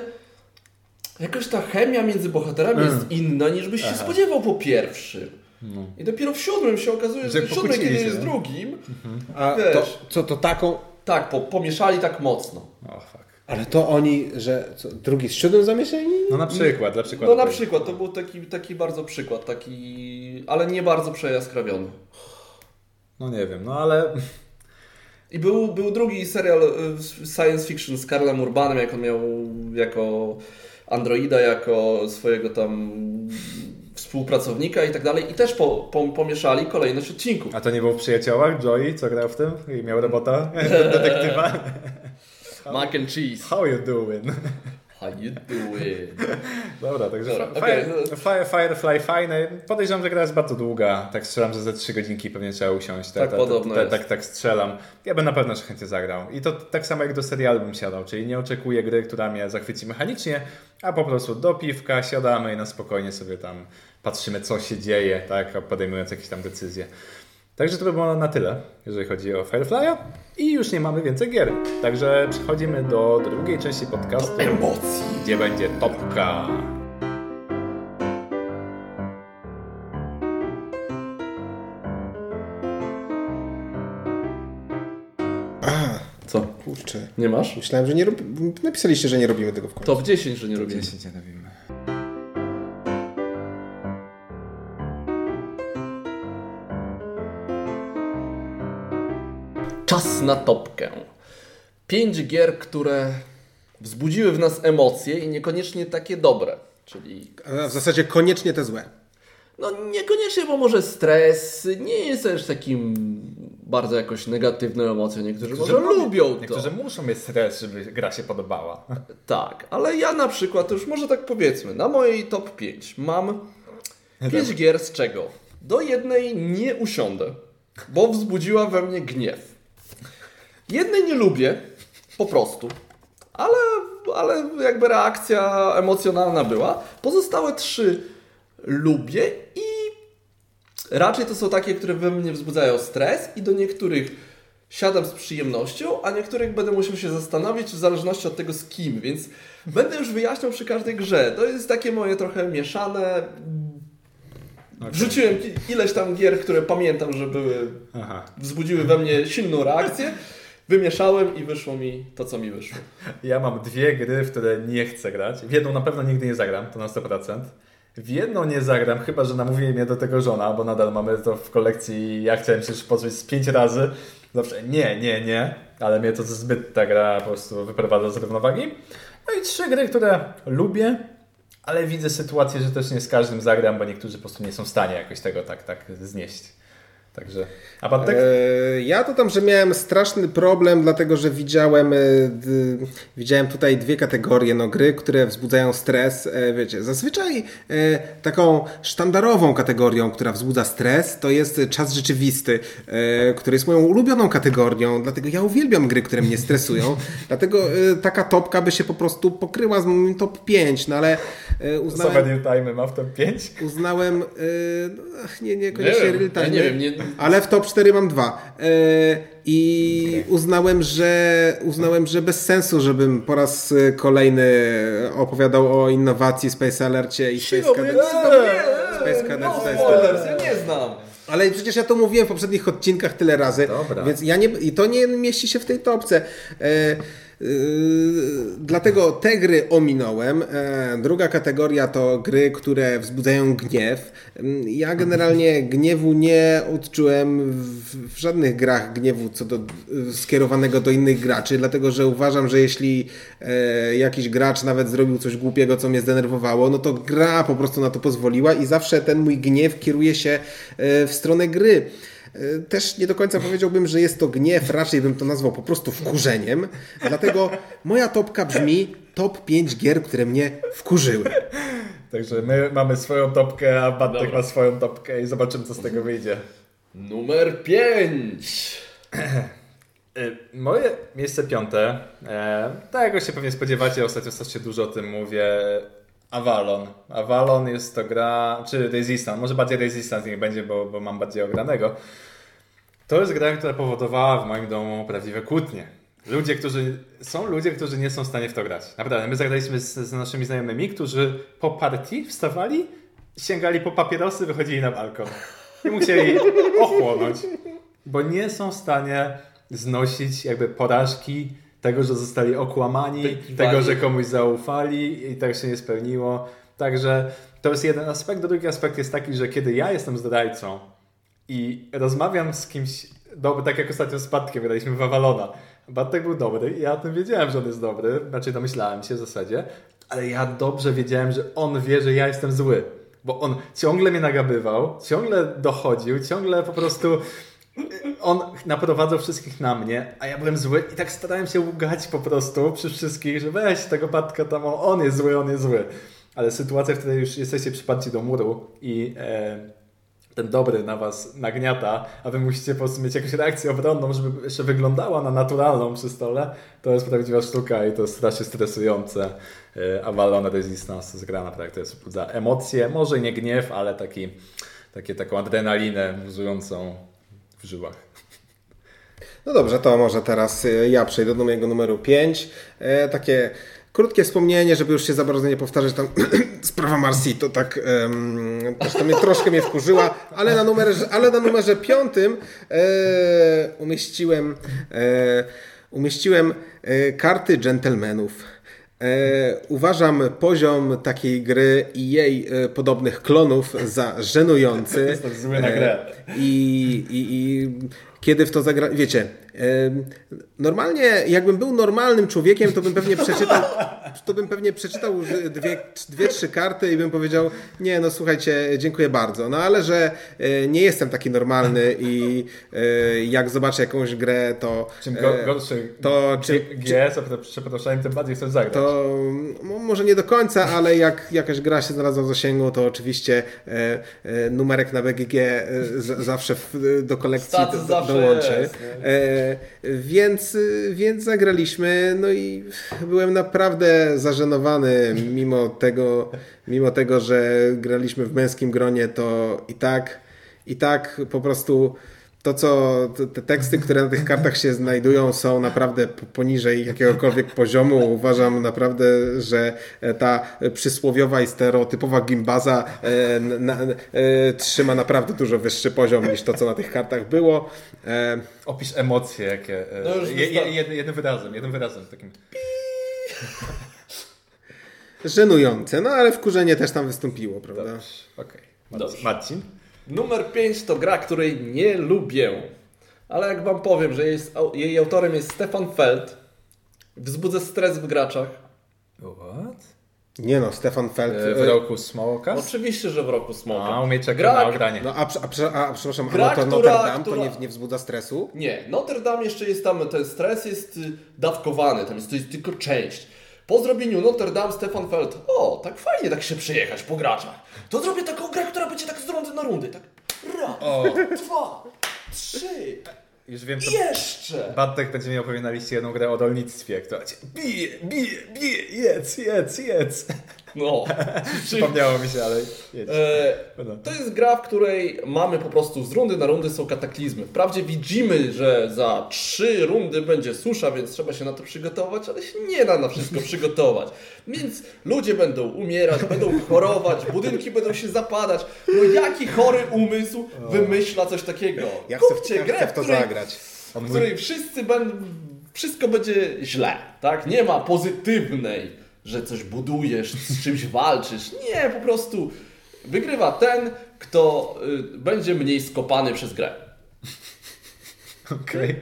jakoś ta chemia między bohaterami jest inna, niż byś się spodziewał po pierwszym. No. I dopiero w 7 się okazuje, że 7 kiedy jest drugim. A wiesz, to taką... Tak, pomieszali tak mocno. O, fuck. Ale to oni, że drugi z 7 zamieszali? No na przykład, dla przykładu. No na przykład, to był taki bardzo przykład, ale nie bardzo przejaskrawiony. No nie wiem, no ale... I był drugi serial science fiction z Karlem Urbanem, jak on miał jako androida, jako swojego tam współpracownika i tak dalej. I też pomieszali kolejność odcinków. A to nie było w Przyjaciołach? Joey, co grał w tym? I miał robota? Detektywa? Mac and cheese. How you doing? How you doing? Dobra, także Firefly fajne. Podejrzewam, że gra jest bardzo długa. Tak strzelam, że za 3 godzinki pewnie trzeba usiąść. Tak strzelam. Ja bym na pewno chętnie zagrał. I to tak samo jak do serialu bym siadał. Czyli nie oczekuję gry, która mnie zachwyci mechanicznie, a po prostu do piwka siadamy i na spokojnie sobie tam patrzymy, co się dzieje, tak, podejmując jakieś tam decyzje. Także to by było na tyle, jeżeli chodzi o Firefly'a i już nie mamy więcej gier. Także przechodzimy do drugiej części podcastu, emocji, gdzie będzie topka. Co? Kurczę. Nie masz? Myślałem, że nie napisaliście, że nie robimy tego w końcu. Top 10, że nie robimy. 10 nie robimy. Czas na topkę. 5 gier, które wzbudziły w nas emocje i niekoniecznie takie dobre. Czyli... A w zasadzie koniecznie te złe. No niekoniecznie, bo może stres nie jest też takim bardzo jakoś negatywną emocją. Niektórzy może lubią to. Niektórzy muszą mieć stres, żeby gra się podobała. Tak, ale ja na przykład, to już może tak powiedzmy, na mojej top 5 mam 5 gier, z czego do jednej nie usiądę, bo wzbudziła we mnie gniew. Jednej nie lubię, po prostu, ale jakby reakcja emocjonalna była. Pozostałe 3 lubię i raczej to są takie, które we mnie wzbudzają stres i do niektórych siadam z przyjemnością, a niektórych będę musiał się zastanowić w zależności od tego z kim, więc będę już wyjaśniał przy każdej grze. To jest takie moje trochę mieszane. Okay. Wrzuciłem ileś tam gier, które pamiętam, że wzbudziły we mnie silną reakcję. Wymieszałem i wyszło mi to, co mi wyszło. Ja mam 2 gry, w które nie chcę grać. W jedną na pewno nigdy nie zagram, to na 100%. W jedną nie zagram, chyba że namówi mnie do tego żona, bo nadal mamy to w kolekcji i ja chciałem się już pozbyć z 5 razy. Zawsze nie, ale mnie to zbyt ta gra po prostu wyprowadza z równowagi. No i 3 gry, które lubię, ale widzę sytuację, że też nie z każdym zagram, bo niektórzy po prostu nie są w stanie jakoś tego tak znieść. Także, a pan tak? Ja to tam, że miałem straszny problem, dlatego że widziałem tutaj 2 kategorie gry, które wzbudzają stres. Wiecie, zazwyczaj taką sztandarową kategorią, która wzbudza stres, to jest czas rzeczywisty, który jest moją ulubioną kategorią, dlatego ja uwielbiam gry, które mnie stresują, dlatego taka topka by się po prostu pokryła z moim top 5, no ale Same real-time ma w top 5? Uznałem, niekoniecznie real-time, nie wiem, ale w top 4 mam 2. I uznałem, że bez sensu, żebym po raz kolejny opowiadał o innowacji Space Alercie i Space Cadet. Ja nie znam. Ale przecież ja to mówiłem w poprzednich odcinkach tyle razy, więc i to nie mieści się w tej topce. Dlatego te gry ominąłem. Druga kategoria to gry, które wzbudzają gniew. Ja generalnie gniewu nie odczułem w żadnych grach gniewu skierowanego do innych graczy, dlatego że uważam, że jeśli jakiś gracz nawet zrobił coś głupiego, co mnie zdenerwowało, no to gra po prostu na to pozwoliła i zawsze ten mój gniew kieruje się w stronę gry. Też nie do końca powiedziałbym, że jest to gniew, raczej bym to nazwał po prostu wkurzeniem. Dlatego moja topka brzmi top 5 gier, które mnie wkurzyły. Także my mamy swoją topkę, a Bartek ma swoją topkę i zobaczymy, co z tego wyjdzie. Numer 5. Moje miejsce 5. Tak jak się pewnie spodziewacie, ostatnio strasznie dużo o tym mówię. Avalon. Avalon jest to gra, czy Resistance, może bardziej Resistance niech będzie, bo mam bardziej ogranego. To jest gra, która powodowała w moim domu prawdziwe kłótnie. Są ludzie, którzy nie są w stanie w to grać. Naprawdę, my zagraliśmy z naszymi znajomymi, którzy po partii wstawali, sięgali po papierosy, wychodzili na balkon i musieli ochłonąć, bo nie są w stanie znosić jakby porażki tego, że zostali okłamani, tego, że komuś zaufali i tak się nie spełniło. Także to jest jeden aspekt. Drugi aspekt jest taki, że kiedy ja jestem zdrajcą i rozmawiam z kimś, tak jak ostatnio z Bartkiem graliśmy w Avalona. Bartek był dobry i ja o tym wiedziałem, że on jest dobry, znaczy domyślałem się w zasadzie, ale ja dobrze wiedziałem, że on wie, że ja jestem zły, bo on ciągle mnie nagabywał, ciągle dochodził, ciągle po prostu... On naprowadzał wszystkich na mnie, a ja byłem zły i tak starałem się łgać po prostu przy wszystkich, że weź tego Bartka tam, on jest zły. Ale sytuacja, w której już jesteście przyparci do muru i ten dobry na was nagniata, a wy musicie po prostu mieć jakąś reakcję obronną, żeby jeszcze wyglądała na naturalną przy stole, to jest prawdziwa sztuka i to jest strasznie stresujące. Avalon Resistance to jest gra naprawdę, która wzbudza emocje, może nie gniew, ale taką adrenalinę buzującą w żyłach. No dobrze, to może teraz ja przejdę do mojego numeru 5. Takie krótkie wspomnienie, żeby już się za bardzo nie powtarzać, tam sprawa Marsi, to tak też to mnie troszkę wkurzyła, ale na numerze 5 umieściłem karty dżentelmenów. Uważam poziom takiej gry i jej podobnych klonów za żenujący. Jestem zły na grę. I kiedy w to zagra... Wiecie, normalnie jakbym był normalnym człowiekiem, to bym pewnie przeczytał dwie, trzy karty i bym powiedział, nie, no słuchajcie, dziękuję bardzo. No ale że nie jestem taki normalny i jak zobaczę jakąś grę, to... Czym gorszy przepraszam, tym bardziej chcę zagrać. To może nie do końca, ale jak jakaś gra się znalazła w zasięgu, to oczywiście numerek na BGG zawsze do kolekcji dołączy. Więc zagraliśmy, no i byłem naprawdę zażenowany mimo tego, że graliśmy w męskim gronie, to i tak po prostu te teksty, które na tych kartach się znajdują, są naprawdę poniżej jakiegokolwiek poziomu. Uważam naprawdę, że ta przysłowiowa i stereotypowa gimbaza trzyma naprawdę dużo wyższy poziom niż to, co na tych kartach było. Opisz emocje, jakie... jednym wyrazem. Takim... Żenujące, no ale wkurzenie też tam wystąpiło, prawda? Okej. Marcin? Numer 5 to gra, której nie lubię. Ale jak wam powiem, że jej autorem jest Stefan Feld, wzbudza stres w graczach. What? Nie no, Stefan Feld... W roku Smoka? Oczywiście, że w roku Smoka. A, umie czekać na ogranie. No przepraszam, gra, a Notre Dame to nie wzbudza stresu? Nie, Notre Dame jeszcze jest tam, ten stres jest dawkowany, to jest tylko część. Po zrobieniu Notre Dame Stefan Feld, tak fajnie tak się przejechać po graczach. To zrobię taką grę, która będzie tak z rundy na rundy. Tak raz, 2, 3. Już wiem, jeszcze! Bartek będzie miał pewnie na liście jedną grę o rolnictwie, która cię bije, jedz. No. Przypomniało mi się, ale jedź. To jest gra, w której mamy po prostu z rundy na rundy są kataklizmy. Wprawdzie widzimy, że za 3 rundy będzie susza, więc trzeba się na to przygotować, ale się nie da na wszystko przygotować. Więc ludzie będą umierać, będą chorować, budynki będą się zapadać. No jaki chory umysł wymyśla coś takiego? Ja Kupcie grę, chcę w to zagrać. w której wszystko będzie źle. Tak? Nie ma pozytywnej, że coś budujesz, z czymś walczysz. Nie, po prostu wygrywa ten, kto będzie mniej skopany przez grę. Okej.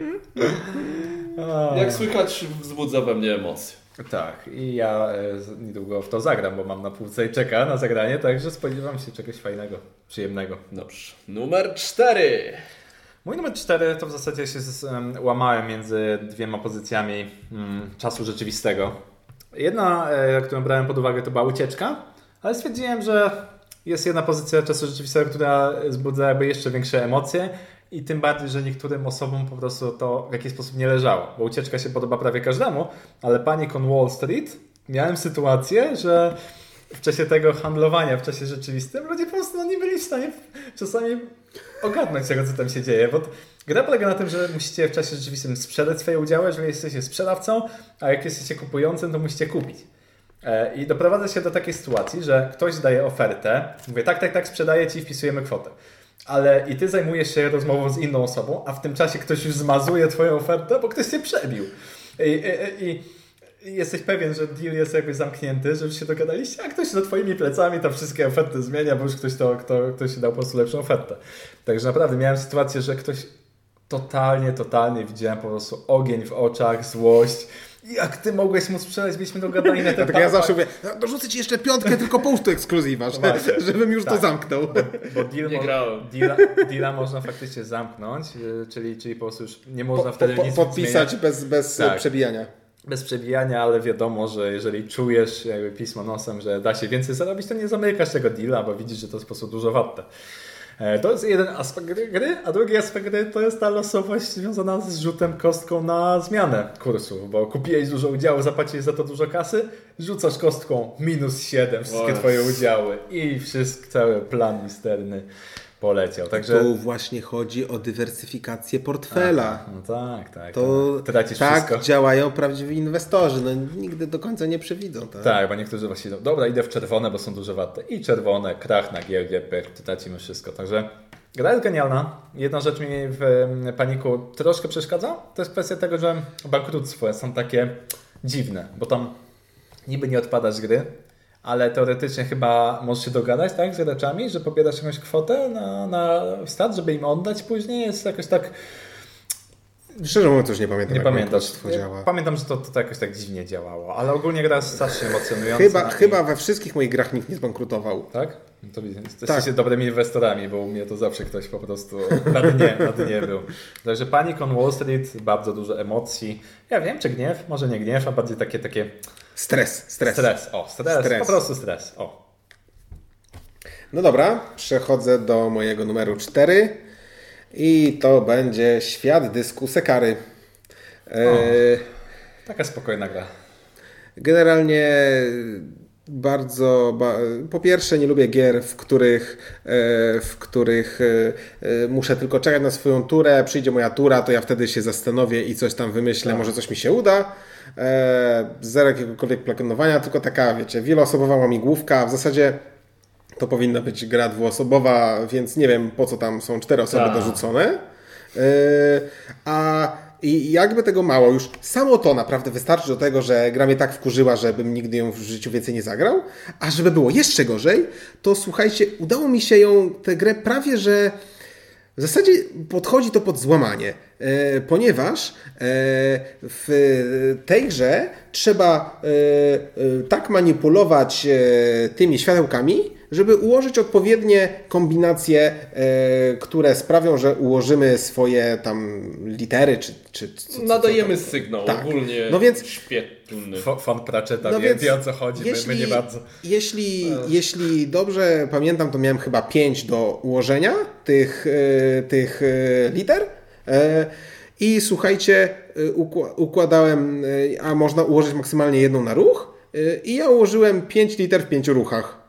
Jak słychać, wzbudza we mnie emocje. Tak, i ja niedługo w to zagram, bo mam na półce i czeka na zagranie, także spodziewam się czegoś fajnego, przyjemnego. Dobrze. Numer 4. Mój numer 4 to w zasadzie się łamałem między dwiema pozycjami czasu rzeczywistego. Jedna, którą brałem pod uwagę, to była ucieczka, ale stwierdziłem, że jest jedna pozycja czasu rzeczywistego, która wzbudza jakby jeszcze większe emocje i tym bardziej, że niektórym osobom po prostu to w jakiś sposób nie leżało, bo ucieczka się podoba prawie każdemu, ale Panic on Wall Street miałem sytuację, że w czasie tego handlowania, w czasie rzeczywistym ludzie po prostu nie byli w stanie czasami ogarnąć tego, co tam się dzieje, bo gra polega na tym, że musicie w czasie rzeczywistym sprzedać swoje udziały, jeżeli jesteście sprzedawcą, a jak jesteście kupującym, to musicie kupić. I doprowadza się do takiej sytuacji, że ktoś daje ofertę, mówi tak, sprzedaję Ci i wpisujemy kwotę. Ale i Ty zajmujesz się rozmową z inną osobą, a w tym czasie ktoś już zmazuje Twoją ofertę, bo ktoś Cię przebił. I jesteś pewien, że deal jest jakby zamknięty, że już się dogadaliście, a ktoś za Twoimi plecami tam wszystkie oferty zmienia, bo już ktoś dał po prostu lepszą ofertę. Także naprawdę miałem sytuację, że ktoś totalnie widziałem po prostu ogień w oczach, złość. Jak Ty mogłeś mu sprzedać, byliśmy dogadani na ten Tak ja zawsze mówię, dorzucę Ci jeszcze 5, tylko połóż ekskluzywa, żebym już to zamknął. Bo deala można faktycznie zamknąć, czyli po prostu już nie można wtedy nic podpisać bez tak. przebijania. Bez przebijania, ale wiadomo, że jeżeli czujesz jakby pismo nosem, że da się więcej zarobić, to nie zamykasz tego deala, bo widzisz, że to jest po prostu dużo warte. To jest jeden aspekt gry, a drugi aspekt gry to jest ta losowość związana z rzutem kostką na zmianę kursów, bo kupiłeś dużo udziału, zapłaciłeś za to dużo kasy, rzucasz kostką -7 wszystkie Twoje udziały i cały plan misterny poleciał. Także Tu właśnie chodzi o dywersyfikację portfela. No tak. To tracisz tak wszystko. Działają prawdziwi inwestorzy. No, nigdy do końca nie przewidzą. Tak, bo niektórzy właśnie dobra, idę w czerwone, bo są duże warte. I czerwone, krach na giełdzie, tracimy wszystko. Także gra jest genialna. Jedna rzecz mi w Paniku troszkę przeszkadza. To jest kwestia tego, że bankructwa są takie dziwne, bo tam niby nie odpadasz z gry, ale teoretycznie chyba możesz się dogadać, tak, z graczami, że pobierasz jakąś kwotę na start, żeby im oddać później. Jest jakoś tak... Szczerze mówiąc, już nie pamiętam, jak pamiętasz, to działa. Pamiętam, że to jakoś tak dziwnie działało, ale ogólnie gra jest strasznie emocjonująca. Chyba we wszystkich moich grach nikt nie zbankrutował. Tak? No to jesteście dobrymi inwestorami, bo u mnie to zawsze ktoś po prostu na dnie był. Także Panic on Wall Street, bardzo dużo emocji. Ja wiem, czy gniew, może nie gniew, a bardziej takie... Stres. Po prostu stres. O. No dobra, przechodzę do mojego numeru 4 i to będzie Świat Dysku Sekary. Taka spokojna gra. Generalnie po pierwsze nie lubię gier, w których muszę tylko czekać na swoją turę, przyjdzie moja tura, to ja wtedy się zastanowię i coś tam wymyślę, może coś mi się uda. Zero jakiegokolwiek planowania, tylko taka, wiecie, wieloosobowa łamigłówka. W zasadzie to powinna być gra dwuosobowa, więc nie wiem, po co tam są 4 osoby dorzucone. I jakby tego mało, już samo to naprawdę wystarczy do tego, że gra mnie tak wkurzyła, żebym nigdy ją w życiu więcej nie zagrał. A żeby było jeszcze gorzej, to słuchajcie, udało mi się tę grę prawie, że w zasadzie podchodzi to pod złamanie, ponieważ w tej grze trzeba tak manipulować tymi światełkami, żeby ułożyć odpowiednie kombinacje, które sprawią, że ułożymy swoje tam litery, czy nadajemy sygnał ogólnie. No więc świetny. Fan Pratchetta wie o co chodzi, my nie bardzo. Jeśli dobrze pamiętam, to miałem chyba 5 do ułożenia tych liter. I słuchajcie, układałem, a można ułożyć maksymalnie jedną na ruch. i ja ułożyłem 5 liter w 5 ruchach.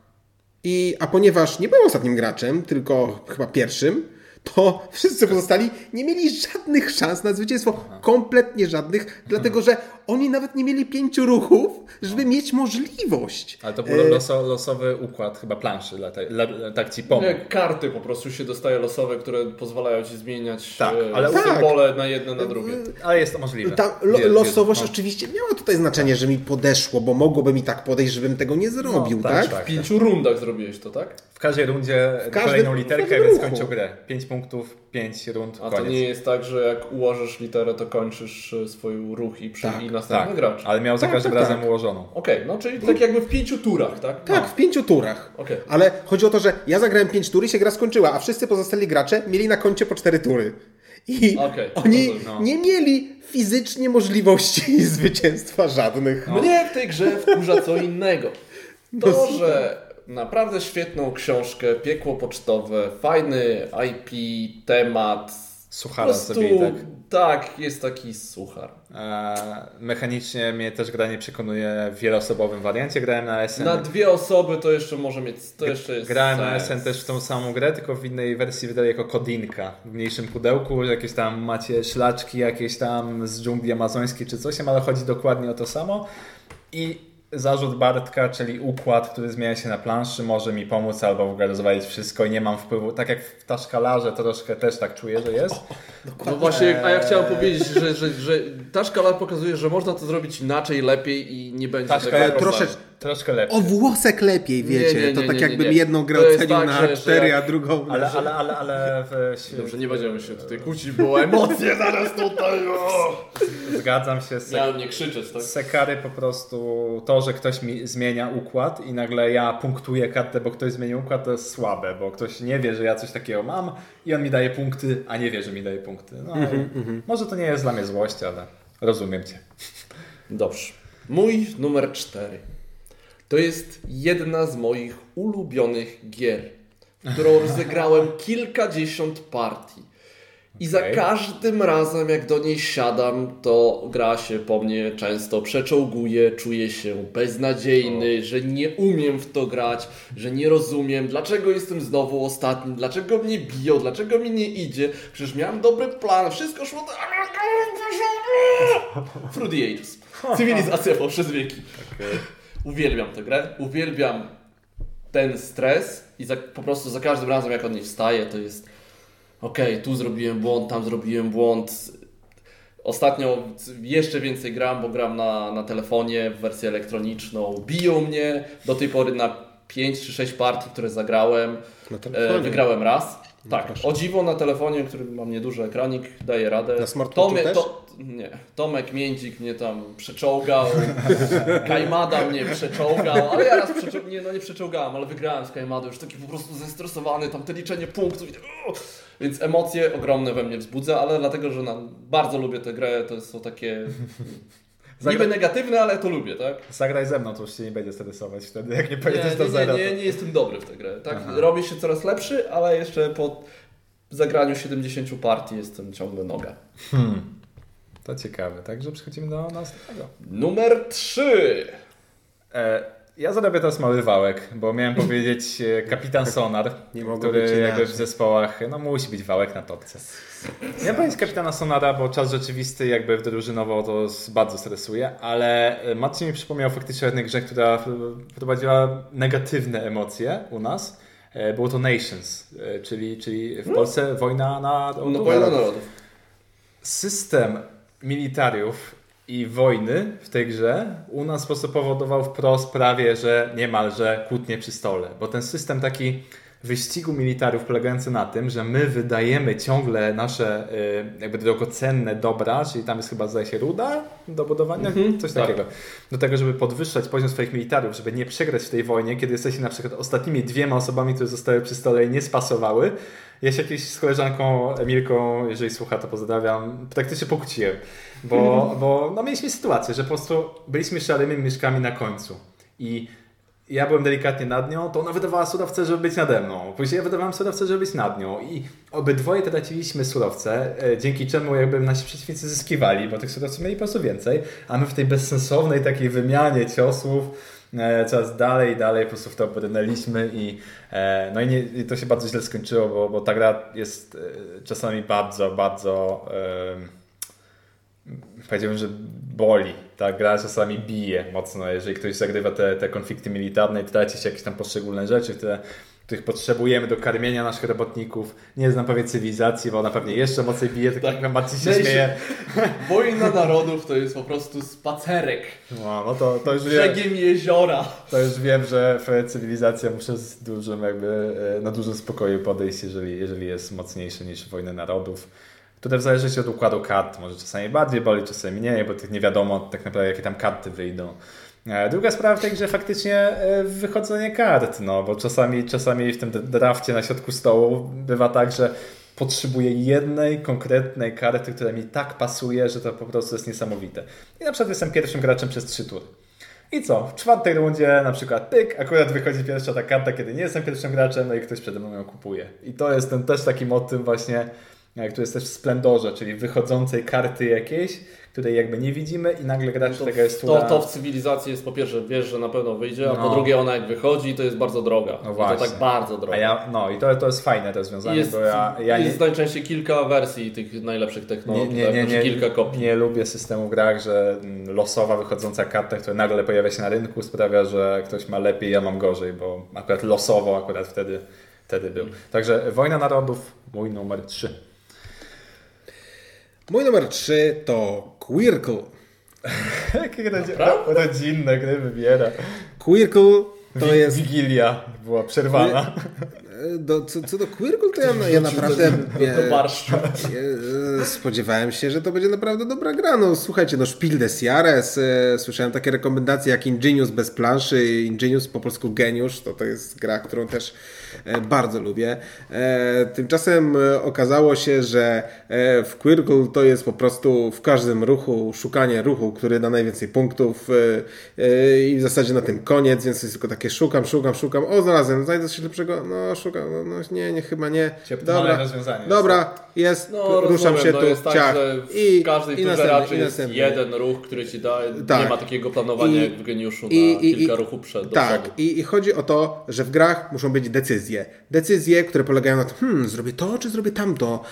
A ponieważ nie byłem ostatnim graczem, tylko chyba pierwszym, to wszyscy pozostali nie mieli żadnych szans na zwycięstwo. Kompletnie żadnych, dlatego że oni nawet nie mieli 5 ruchów, żeby mieć możliwość. Ale to był losowy układ chyba planszy, tak ci pomógł. Nie, karty po prostu się dostaje losowe, które pozwalają ci zmieniać ale symbole na jedne, na drugie. Ale jest to możliwe. Ta losowość oczywiście miała tutaj znaczenie, że mi podeszło, bo mogłoby mi tak podejść, żebym tego nie zrobił, tak? W 5 rundach zrobiłeś to, tak? W każdej rundzie kolejną literkę, więc kończą grę. 5 punktów, 5 rund, A koniec. to nie jest tak, że jak ułożysz literę, to kończysz swój ruch i następny gracz. Ale miał za każdym razem ułożoną. Okej, no czyli tak jakby w 5 turach, tak? Tak, w 5 turach. Okay. Ale chodzi o to, że ja zagrałem 5 tur i się gra skończyła, a wszyscy pozostali gracze mieli na koncie po 4 tury. I oni nie mieli fizycznie możliwości zwycięstwa żadnych. Mnie w tej grze wkurza co innego. To, że naprawdę świetną książkę, piekło pocztowe, fajny IP, temat. Suchara zrobili, tak? Tak, jest taki suchar. Mechanicznie mnie też gra nie przekonuje w wieloosobowym wariancie. Grałem na SN. Na 2 osoby to jeszcze może mieć, to jeszcze jest Grałem sens. na SN też w tą samą grę, tylko w innej wersji wydali jako kodinka. W mniejszym pudełku, jakieś tam macie szlaczki jakieś tam z dżungli amazońskiej czy coś, ale chodzi dokładnie o to samo. I zarzut Bartka, czyli układ, który zmienia się na planszy, może mi pomóc albo w ogóle rozwalić wszystko i nie mam wpływu. Tak jak w Taszkalarze to troszkę też tak czuję, że jest. No właśnie, a ja chciałem powiedzieć, że ta szkala pokazuje, że można to zrobić inaczej, lepiej i nie będzie tego troszkę lepiej. O włosek lepiej, wiecie. To tak jakbym jedną grę ocenił na 4, a drugą... Ale Dobrze, nie będziemy się tutaj kłócić, bo emocje zaraz tutaj... Zgadzam się. Miałem nie krzyczeć, tak? Sekary po prostu to, że ktoś mi zmienia układ i nagle ja punktuję kartę, bo ktoś zmienił układ, to jest słabe, bo ktoś nie wie, że ja coś takiego mam i on mi daje punkty, a nie wie, że mi daje punkty. No, może to nie jest dla mnie złość, ale rozumiem Cię. Dobrze. Mój numer 4. To jest jedna z moich ulubionych gier, którą rozegrałem kilkadziesiąt partii. I za każdym razem, jak do niej siadam, to gra się po mnie często przeczołguje, czuję się beznadziejny, że nie umiem w to grać, że nie rozumiem, dlaczego jestem znowu ostatni, dlaczego mnie biją, dlaczego mi nie idzie. Przecież miałem dobry plan, wszystko szło... Through the Ages. Cywilizacja poprzez wieki. Uwielbiam tę grę, uwielbiam ten stres i po prostu za każdym razem, jak od niej wstaję, to jest tu zrobiłem błąd, tam zrobiłem błąd. Ostatnio jeszcze więcej gram, bo gram na telefonie w wersję elektroniczną. Biją mnie do tej pory na 5 czy 6 partii, które zagrałem. Wygrałem raz. Tak, proszę. O dziwo na telefonie, który mam nieduży ekranik, daje radę. Na smartwatchu też? Nie. Tomek Międzik mnie tam przeczołgał, Kajmada mnie przeczołgał, ale ja raz nie przeczołgałem, ale wygrałem z Kajmadą, już taki po prostu zestresowany, tam te liczenie punktów. Więc emocje ogromne we mnie wzbudza, ale dlatego, że bardzo lubię tę grę, to są takie... Niby negatywne, ale to lubię, tak? Zagraj ze mną, to już się nie będzie stresować wtedy, jak nie pojedziesz do zera. Nie jestem dobry w tę grę. Tak? Robię się coraz lepszy, ale jeszcze po zagraniu 70 partii jestem ciągle noga. To ciekawe, także przechodzimy do następnego. Numer 3. Ja zrobię teraz mały wałek, bo miałem powiedzieć Kapitan Sonar, który jakby w zespołach, musi być wałek na topce. Ja powiedzieć Kapitana Sonara, bo czas rzeczywisty jakby drużynowo to bardzo stresuje, ale Maciej mi przypomniał faktycznie o jednej grze, która wprowadziła negatywne emocje u nas. Było to Nations, czyli w Polsce wojna narodów. System militariów i wojny w tej grze u nas po prostu powodował wprost prawie, że niemalże kłótnie przy stole. Bo ten system taki wyścigu militariów polegający na tym, że my wydajemy ciągle nasze jakby drogocenne dobra, czyli tam jest chyba zdaje się ruda do budowania, coś takiego. Do tego, żeby podwyższać poziom swoich militariów, żeby nie przegrać w tej wojnie, kiedy jesteście na przykład ostatnimi 2 osobami, które zostały przy stole i nie spasowały. Ja się jakieś z koleżanką Emilką, jeżeli słucha, to pozdrawiam, praktycznie pokłóciłem. Bo mieliśmy sytuację, że po prostu byliśmy szarymi myszkami na końcu. I ja byłem delikatnie nad nią, to ona wydawała surowce, żeby być nade mną. Później ja wydawałem surowce, żeby być nad nią. I obydwoje traciliśmy surowce, dzięki czemu jakby nasi przeciwnicy zyskiwali, bo tych surowców mieli po prostu więcej, a my w tej bezsensownej takiej wymianie ciosów coraz dalej i dalej po prostu w to brnęliśmy i to się bardzo źle skończyło, bo ta gra jest czasami bardzo powiedziałbym, że boli. Ta gra czasami bije mocno, jeżeli ktoś zagrywa te konflikty militarne i traci się jakieś tam poszczególne rzeczy, których potrzebujemy do karmienia naszych robotników. Nie znam prawie cywilizacji, bo ona pewnie jeszcze mocniej bije, tylko Marcin się śmieje. Wojna narodów to jest po prostu spacerek. No to już brzegiem jeziora. To już wiem, że cywilizacja muszę z dużym na dużym spokoju podejść, jeżeli jest mocniejszy niż Wojna Narodów. Tutaj w zależności od układu kart, może czasami bardziej boli, czasami mniej, bo tych nie wiadomo tak naprawdę jakie tam karty wyjdą. Druga sprawa w tej grze faktycznie wychodzenie kart, bo czasami w tym drafcie na środku stołu bywa tak, że potrzebuję jednej konkretnej karty, która mi tak pasuje, że to po prostu jest niesamowite. I na przykład jestem pierwszym graczem przez 3 tury. I co? W 4. rundzie na przykład pyk, akurat wychodzi pierwsza ta karta, kiedy nie jestem pierwszym graczem, i ktoś przede mną ją kupuje. I to jest też taki motyw właśnie, który jest też w Splendorze, czyli wychodzącej karty jakiejś, której jakby nie widzimy i nagle gracz tego jest to w cywilizacji jest po pierwsze, wiesz, że na pewno wyjdzie, a po drugie ona jak wychodzi, to jest bardzo droga. No właśnie. I to tak bardzo droga. I to jest fajne rozwiązanie, bo jest najczęściej kilka wersji tych najlepszych technologii, kilka kopii. Nie lubię systemu w grach, że losowa wychodząca karta, która nagle pojawia się na rynku, sprawia, że ktoś ma lepiej, ja mam gorzej, bo akurat losowo wtedy był. Także Wojna Narodów, mój numer 3. Mój numer 3 to Quirkle. Jakie rodzinne gry wybiera. Quirkle to jest... Wigilia była przerwana. Co do Quirkle, to ja naprawdę spodziewałem się, że to będzie naprawdę dobra gra. No słuchajcie, Spiel des Jahres, słyszałem takie rekomendacje jak Ingenius bez planszy, Ingenius po polsku geniusz, to jest gra, którą też bardzo lubię. Tymczasem okazało się, że w Quirkle to jest po prostu w każdym ruchu szukanie ruchu, który da najwięcej punktów i w zasadzie na tym koniec, więc jest tylko takie szukam, o znalazłem, znajdę coś lepszego, szukam, chyba nie. Dobra, jest, ruszam się tu, jest tak, że w każdej turze raczej jest jeden ruch, który ci da, nie ma takiego planowania jak w geniuszu na kilka ruchów przed. Tak, i chodzi o to, że w grach muszą być decyzje, które polegają na tym, zrobię to, czy zrobię tamto,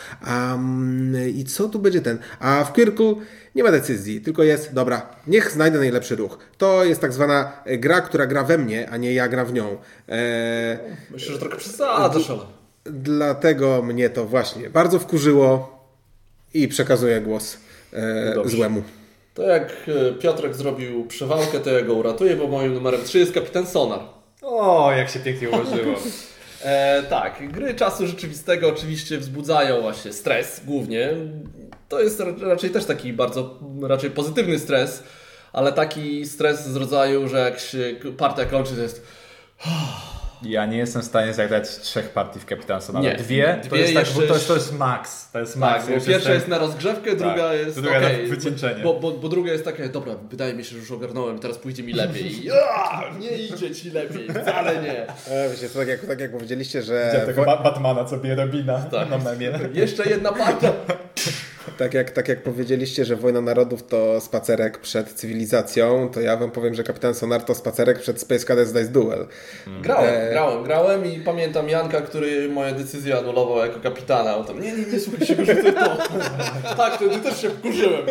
i co tu będzie a w Quirkle nie ma decyzji, tylko jest, dobra, niech znajdę najlepszy ruch. To jest tak zwana gra, która gra we mnie, a nie ja gram w nią. Myślę, że trochę przesadzasz, ale... Dlatego mnie to właśnie bardzo wkurzyło i przekazuję głos złemu. To jak Piotrek zrobił przewałkę, to ja go uratuję, bo moim numerem 3 jest Kapitan Sonar. O, jak się pięknie ułożyło. Tak, gry czasu rzeczywistego oczywiście wzbudzają właśnie stres głównie. To jest raczej też taki raczej pozytywny stres, ale taki stres z rodzaju, że jak się partia kończy, to jest... Ja nie jestem w stanie zagrać 3 partii w Kapitan Sonar. Nie. Dwie to jest max. To jest max. Tak, bo pierwsza jest na rozgrzewkę, druga jest druga na wycieńczenie. Bo druga jest taka, dobra, wydaje mi się, że już ogarnąłem, teraz pójdzie mi lepiej. Nie idzie ci lepiej, wcale nie. Wiecie, to tak jak powiedzieliście, że... tego Batmana, co bije Robina na memie. Jeszcze jedna partia. Tak jak powiedzieliście, że Wojna Narodów to spacerek przed cywilizacją, to ja wam powiem, że Kapitan Sonar to spacerek przed Space Cadets Dice Duel. Grałem i pamiętam Janka, który moje decyzje anulował jako kapitana. On tam, nie, słuchaj się, wyrzucę to. Tak, wtedy też się wkurzyłem.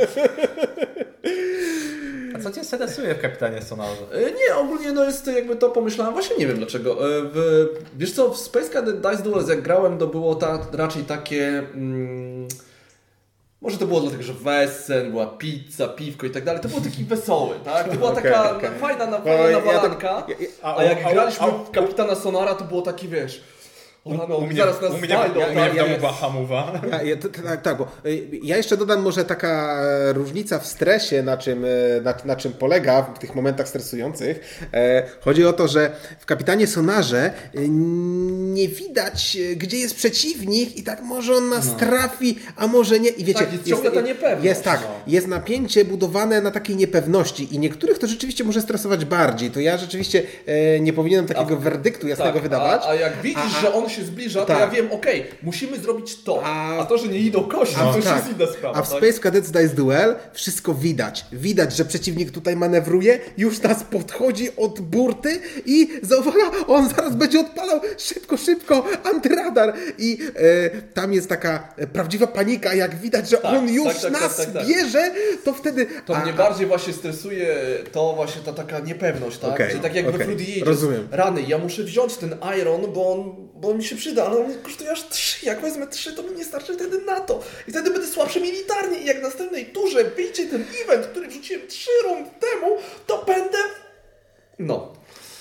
A co cię stresuje w Kapitanie Sonarze? Nie, ogólnie jest jakby to pomyślałem, właśnie nie wiem dlaczego. Wiesz co, w Space Cadet Dice Duel jak grałem, to było raczej takie... Może to było dlatego, że wesen, była pizza, piwko i tak dalej. To był taki wesoły, tak? To była taka fajna nawalanka. A jak graliśmy w Kapitana Sonara, to było taki, wiesz... zaraz nas znajdą. U mnie w domu była hamowa. Tak, bo ja jeszcze dodam może taka różnica w stresie, na czym polega w tych momentach stresujących. Chodzi o to, że w Kapitanie Sonarze nie widać, gdzie jest przeciwnik i tak może on nas trafi, a może nie. I wiecie, tak, jest ciągle ta niepewność. Jest napięcie budowane na takiej niepewności i niektórych to rzeczywiście może stresować bardziej. To ja rzeczywiście nie powinienem takiego werdyktu jasnego wydawać. A jak widzisz, że on się zbliża, to ja wiem, musimy zrobić to. A to, że nie idą kości, to już jest inna sprawa. A w Space Cadets Dice Duel wszystko widać. Widać, że przeciwnik tutaj manewruje, już nas podchodzi od burty i zauwaga, on zaraz będzie odpalał szybko, antyradar. I tam jest taka prawdziwa panika, jak widać, że on już nas bierze, to wtedy... To mnie bardziej właśnie stresuje to właśnie ta taka niepewność, tak? Czyli tak jak we Fruity Ages. Rozumiem. Rany, ja muszę wziąć ten Iron, bo on mi się przyda, ale on kosztuje aż 3. Jak wezmę 3, to mi nie starczy wtedy na to. I wtedy będę słabszy militarnie i jak w następnej turze wyjdzie ten event, który wrzuciłem 3 rund temu, to będę... No.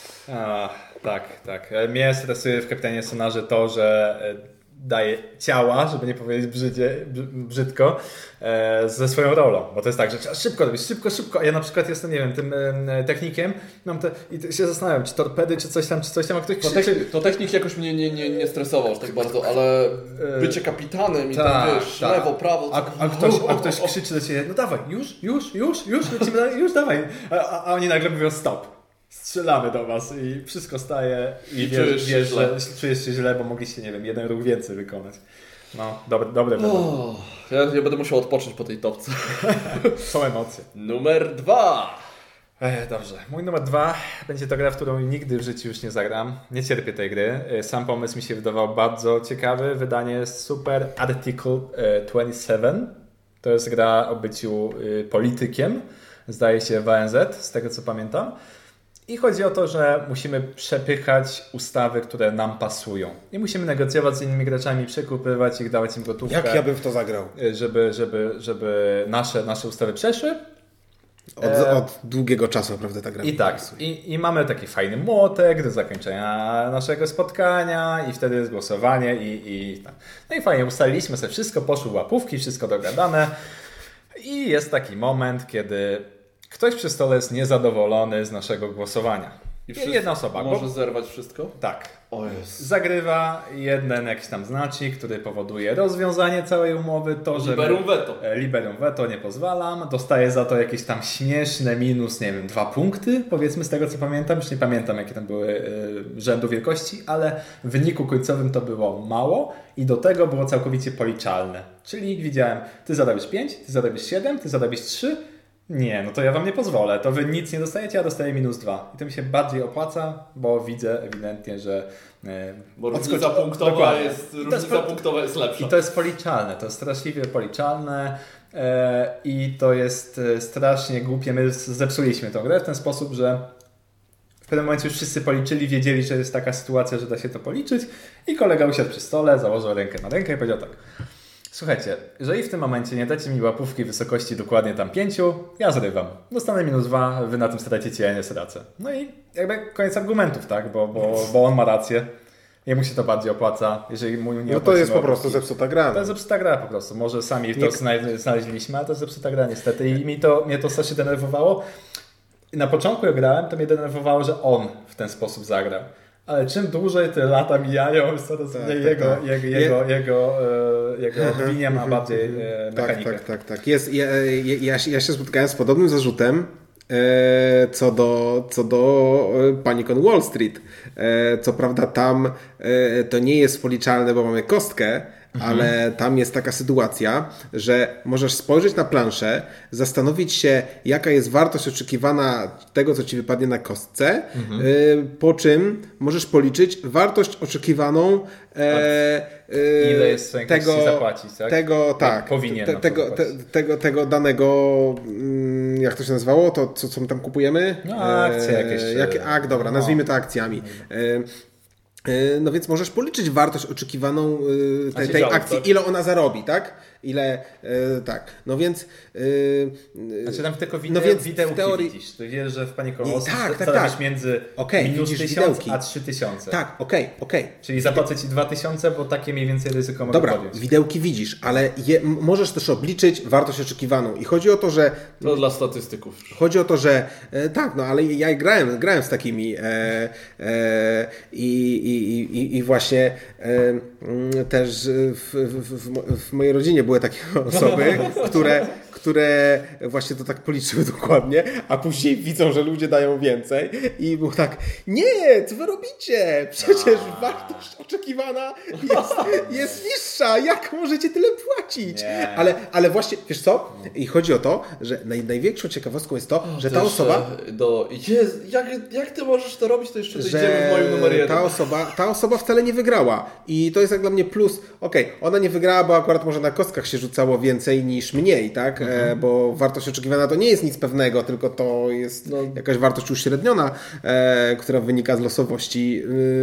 Tak. Mnie stresuje w Kapitanie Sonarze to, że daje ciała, żeby nie powiedzieć brzydko, ze swoją rolą. Bo to jest tak, że trzeba szybko robić, szybko. A ja na przykład jestem, nie wiem, tym technikiem, i się zastanawiam, czy torpedy, czy coś tam, a ktoś krzyczy. To technik jakoś mnie nie stresował aż tak bardzo, ale bycie kapitanem i tam wiesz, lewo, prawo. A ktoś krzyczy do ciebie, no dawaj, już, lecimy dalej, już dawaj. A oni nagle mówią stop. Strzelamy do was i wszystko staje i wiesz, że czujesz się źle, bo mogliście, nie wiem, jeden ruch więcej wykonać. No, dobre. Ja będę musiał odpocząć po tej topce. Są emocje. Numer 2. Dobrze. Mój numer 2 będzie to gra, w którą nigdy w życiu już nie zagram. Nie cierpię tej gry. Sam pomysł mi się wydawał bardzo ciekawy. Wydanie Super Article 27. To jest gra o byciu politykiem. Zdaje się w ANZ, z tego co pamiętam. I chodzi o to, że musimy przepychać ustawy, które nam pasują. I musimy negocjować z innymi graczami, przekupywać ich, dawać im gotówkę. Jak ja bym w to zagrał? Żeby nasze ustawy przeszły. Od długiego czasu naprawdę ta gra. I mamy taki fajny młotek do zakończenia naszego spotkania i wtedy jest głosowanie No i fajnie, ustaliliśmy sobie wszystko, poszły łapówki, wszystko dogadane. I jest taki moment, kiedy ktoś przy stole jest niezadowolony z naszego głosowania. I jedna osoba. Może zerwać wszystko? Tak. O Jezu. Zagrywa jeden jakiś tam znacik, który powoduje rozwiązanie całej umowy. Liberum veto. Liberum veto, nie pozwalam. Dostaje za to jakieś tam śmieszne minus, nie wiem, 2 punkty, powiedzmy z tego co pamiętam. Już nie pamiętam jakie tam były rzędu wielkości, ale w wyniku końcowym to było mało i do tego było całkowicie policzalne. Czyli widziałem, ty zarabiasz 5, ty zarabiasz 7, ty zarabiasz 3. Nie, no to ja wam nie pozwolę. To wy nic nie dostajecie, a dostaję -2. I to mi się bardziej opłaca, bo widzę ewidentnie, że... Bo różnica punktowa jest lepsza. I to jest policzalne, to jest straszliwie policzalne i to jest strasznie głupie. My zepsuliśmy tę grę w ten sposób, że w pewnym momencie już wszyscy policzyli, wiedzieli, że jest taka sytuacja, że da się to policzyć i kolega usiadł przy stole, założył rękę na rękę i powiedział tak: słuchajcie, jeżeli w tym momencie nie dacie mi łapówki w wysokości dokładnie tam 5, ja zrywam. Dostanę -2, wy na tym stracicie, ja nie stracę. No i jakby koniec argumentów, tak? Bo on ma rację. Jemu się to bardziej opłaca. Jeżeli mu nie no to jest po prostu zepsuta gra. To jest zepsuta gra po prostu. Może sami to znaleźliśmy, ale to jest zepsuta gra niestety. I mnie to strasznie denerwowało. I na początku jak grałem, to mnie denerwowało, że on w ten sposób zagrał. Ale czym dłużej te lata mijają, coraz mniej jego odwiniam, a bardziej mechanikę. Tak. Ja się spotkałem z podobnym zarzutem co do Panic on Wall Street. Co prawda tam to nie jest policzalne, bo mamy kostkę, ale tam jest taka sytuacja, że możesz spojrzeć na planszę, zastanowić się, jaka jest wartość oczekiwana tego, co ci wypadnie na kostce, po czym możesz policzyć wartość oczekiwaną ile jest tego zapłacić, tak? Tego danego, jak to się nazywało, to co my tam kupujemy? No, akcje jakieś. Dobra, nazwijmy to akcjami. No więc możesz policzyć wartość oczekiwaną tej akcji, tak? ile ona zarobi, tak? Ile, tak. No więc... Znaczy tam tylko no więc widełki w teorii... widzisz. Ty wiesz, że w Panic Tak. zarobisz między minus 1000 widełki. a 3000. Tak, okej. Czyli zapłacę Ci 2000, bo takie mniej więcej ryzyko mogę Dobra, podjąć. widełki widzisz, ale możesz też obliczyć wartość oczekiwaną. I chodzi o to, że... To dla statystyków. Chodzi o to, że tak, no ale ja grałem z takimi i właśnie też w mojej rodzinie były takie osoby, które właśnie to tak policzyły dokładnie, a później widzą, że ludzie dają więcej i było tak, nie, co wy robicie? Przecież wartość oczekiwana jest niższa, jak możecie tyle płacić? Ale właśnie, wiesz co? I chodzi o to, że największą ciekawostką jest to, że ta osoba... Jak ty możesz to robić, to jeszcze dojdziemy w moim numer 1. Ta osoba wcale nie wygrała. I to jest jak dla mnie plus. Okej, ona nie wygrała, bo akurat może na kostkach się rzucało więcej niż mniej, tak? Bo wartość oczekiwana to nie jest nic pewnego, tylko to jest jakaś wartość uśredniona, która wynika z losowości.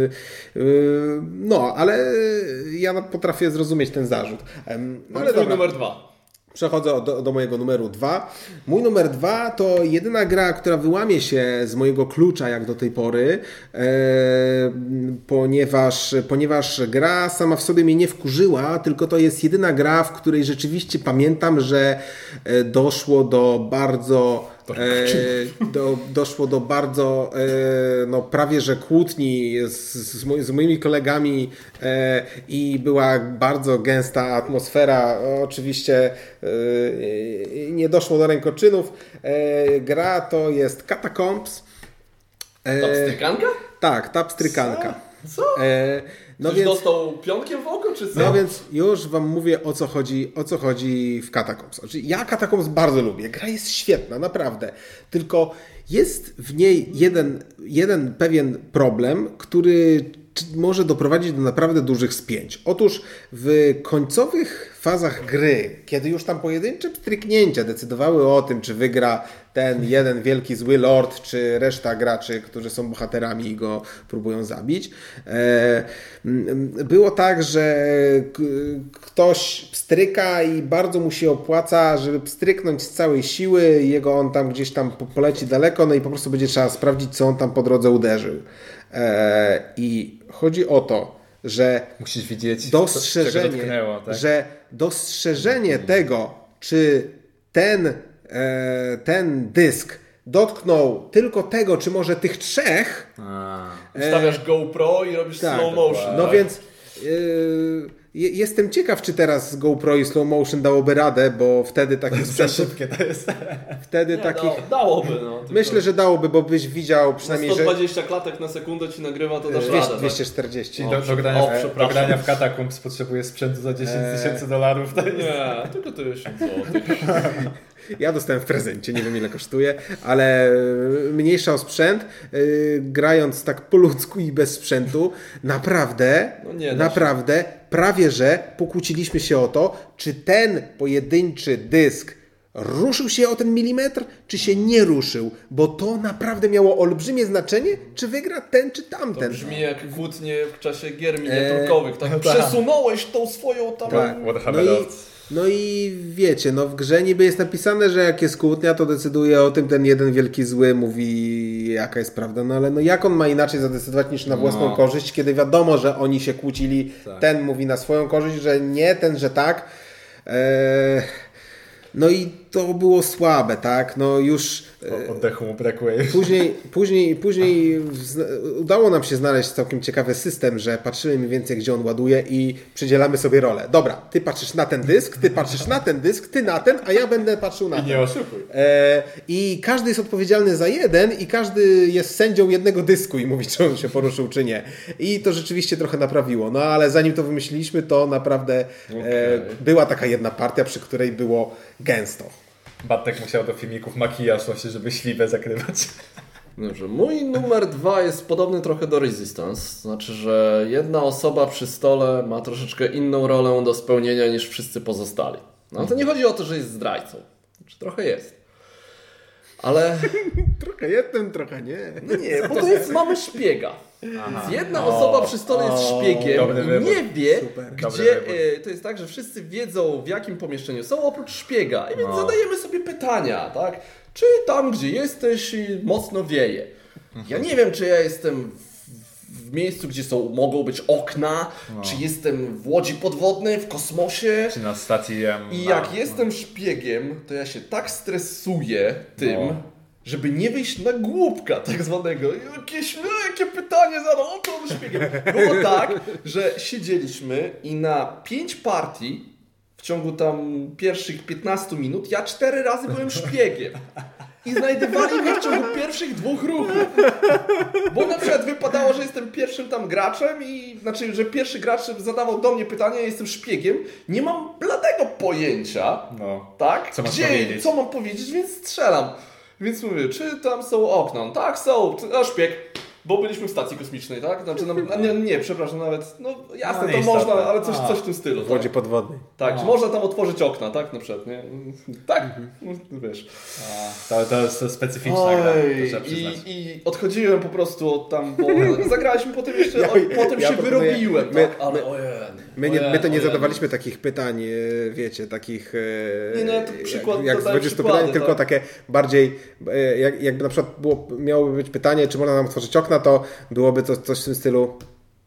No, ale ja potrafię zrozumieć ten zarzut. Ale numer 2. Przechodzę do mojego numeru 2. Mój numer 2 to jedyna gra, która wyłamie się z mojego klucza jak do tej pory, ponieważ gra sama w sobie mnie nie wkurzyła, tylko to jest jedyna gra, w której rzeczywiście pamiętam, że doszło do bardzo prawie że kłótni z moimi kolegami i była bardzo gęsta atmosfera. Oczywiście nie doszło do rękoczynów. Gra to jest Catacombs. Tapstrykanka? Tak, tapstrykanka. Co? No więc dostał pionkiem w oko, czy co? No więc już wam mówię, o co chodzi w Catacombs. Ja Catacombs bardzo lubię. Gra jest świetna, naprawdę. Tylko jest w niej jeden pewien problem, który może doprowadzić do naprawdę dużych spięć. Otóż w końcowych fazach gry, kiedy już tam pojedyncze stryknięcia decydowały o tym, czy wygra ten jeden wielki zły lord, czy reszta graczy, którzy są bohaterami i go próbują zabić, było tak, że ktoś pstryka i bardzo mu się opłaca, żeby pstryknąć z całej siły, on tam gdzieś tam poleci daleko, no i po prostu będzie trzeba sprawdzić, co on tam po drodze uderzył. I chodzi o to, że musisz widzieć, dostrzeżenie, czego dotknęło, tak? że dostrzeżenie tego, czy ten dysk dotknął tylko tego, czy może tych trzech. Ustawiasz GoPro i robisz slow motion. No tak? więc jestem ciekaw, czy teraz GoPro i slow motion dałoby radę, bo wtedy takie za szybkie to jest. Wtedy nie, takich... dałoby. No, Myślę, że dałoby, bo byś widział przynajmniej... 120 klatek na sekundę ci nagrywa, to dasz radę. 240. Do grania w Catacombs potrzebuje sprzętu za $10,000. To jest... Nie, tylko 1000 złotych. Ja dostałem w prezencie, nie wiem ile kosztuje, ale mniejsza o sprzęt, grając tak po ludzku i bez sprzętu, naprawdę, prawie że pokłóciliśmy się o to, czy ten pojedynczy dysk ruszył się o ten milimetr, czy się nie ruszył, bo to naprawdę miało olbrzymie znaczenie, czy wygra ten, czy tamten. To brzmi jak kłótnie w czasie gier miniaturkowych, tak? Przesunąłeś tą swoją tam... No i wiecie, w grze niby jest napisane, że jak jest kłótnia, to decyduje o tym ten jeden wielki zły, mówi jaka jest prawda, no ale jak on ma inaczej zadecydować niż na własną korzyść, kiedy wiadomo, że oni się kłócili, ten mówi na swoją korzyść, że nie, ten, że tak. No i to było słabe, tak? No już... Oddechu mu brakuje. Później udało nam się znaleźć całkiem ciekawy system, że patrzymy mniej więcej, gdzie on ładuje i przydzielamy sobie rolę. Dobra, ty patrzysz na ten dysk, ty patrzysz na ten dysk, ty na ten, a ja będę patrzył na ten. I nie oszukuj. I każdy jest odpowiedzialny za jeden i każdy jest sędzią jednego dysku i mówi, czy on się poruszył, czy nie. I to rzeczywiście trochę naprawiło. No ale zanim to wymyśliliśmy, to naprawdę była taka jedna partia, przy której było gęsto. Bartek musiał do filmików makijaż właśnie, żeby śliwę zakrywać. Dobrze, mój numer 2 jest podobny trochę do Resistance. Znaczy, że jedna osoba przy stole ma troszeczkę inną rolę do spełnienia niż wszyscy pozostali. No to nie chodzi o to, że jest zdrajcą. Znaczy, trochę jest. Ale... Trochę jestem, trochę nie. No nie, bo to jest, mamy szpiega. Jedna osoba przy stole jest szpiegiem i nie wie, gdzie... to jest tak, że wszyscy wiedzą, w jakim pomieszczeniu są, oprócz szpiega. I więc zadajemy sobie pytania, tak? Czy tam, gdzie jesteś, mocno wieje? Ja nie wiem, czy ja jestem w miejscu, gdzie mogą być okna, czy jestem w łodzi podwodnej, w kosmosie. Czy na stacji... I jak jestem szpiegiem, to ja się tak stresuję tym, żeby nie wyjść na głupka tak zwanego. Jakie pytanie zadał, to on szpiegiem. Było tak, że siedzieliśmy i na 5 partii w ciągu tam pierwszych 15 minut ja 4 razy byłem szpiegiem. I znajdowali mnie w ciągu pierwszych 2 ruchów. Bo na przykład wypadało, że jestem pierwszym tam graczem i znaczy, że pierwszy gracz zadawał do mnie pytanie, ja jestem szpiegiem. Nie mam bladego pojęcia, tak? Co mam powiedzieć, więc strzelam. Więc mówię, czy tam są okna? No, tak, są. Szpieg. Bo byliśmy w stacji kosmicznej, tak? Znaczy, nie, przepraszam, nawet, jasne, to można, ale coś w tym stylu. W łodzi podwodnej. Tak, że można tam otworzyć okna, tak? Na przykład, nie? Tak, wiesz. To jest specyficzna gra, to trzeba przyznać. I odchodziłem po prostu od tam, bo zagraliśmy potem jeszcze, potem się wyrobiłem, tak? Ale my to nie zadawaliśmy takich pytań, wiecie, takich... to przykład, jak z 20 pytań, tylko takie bardziej, jakby na przykład miałoby być pytanie, czy można nam otworzyć okna, to byłoby coś w tym stylu...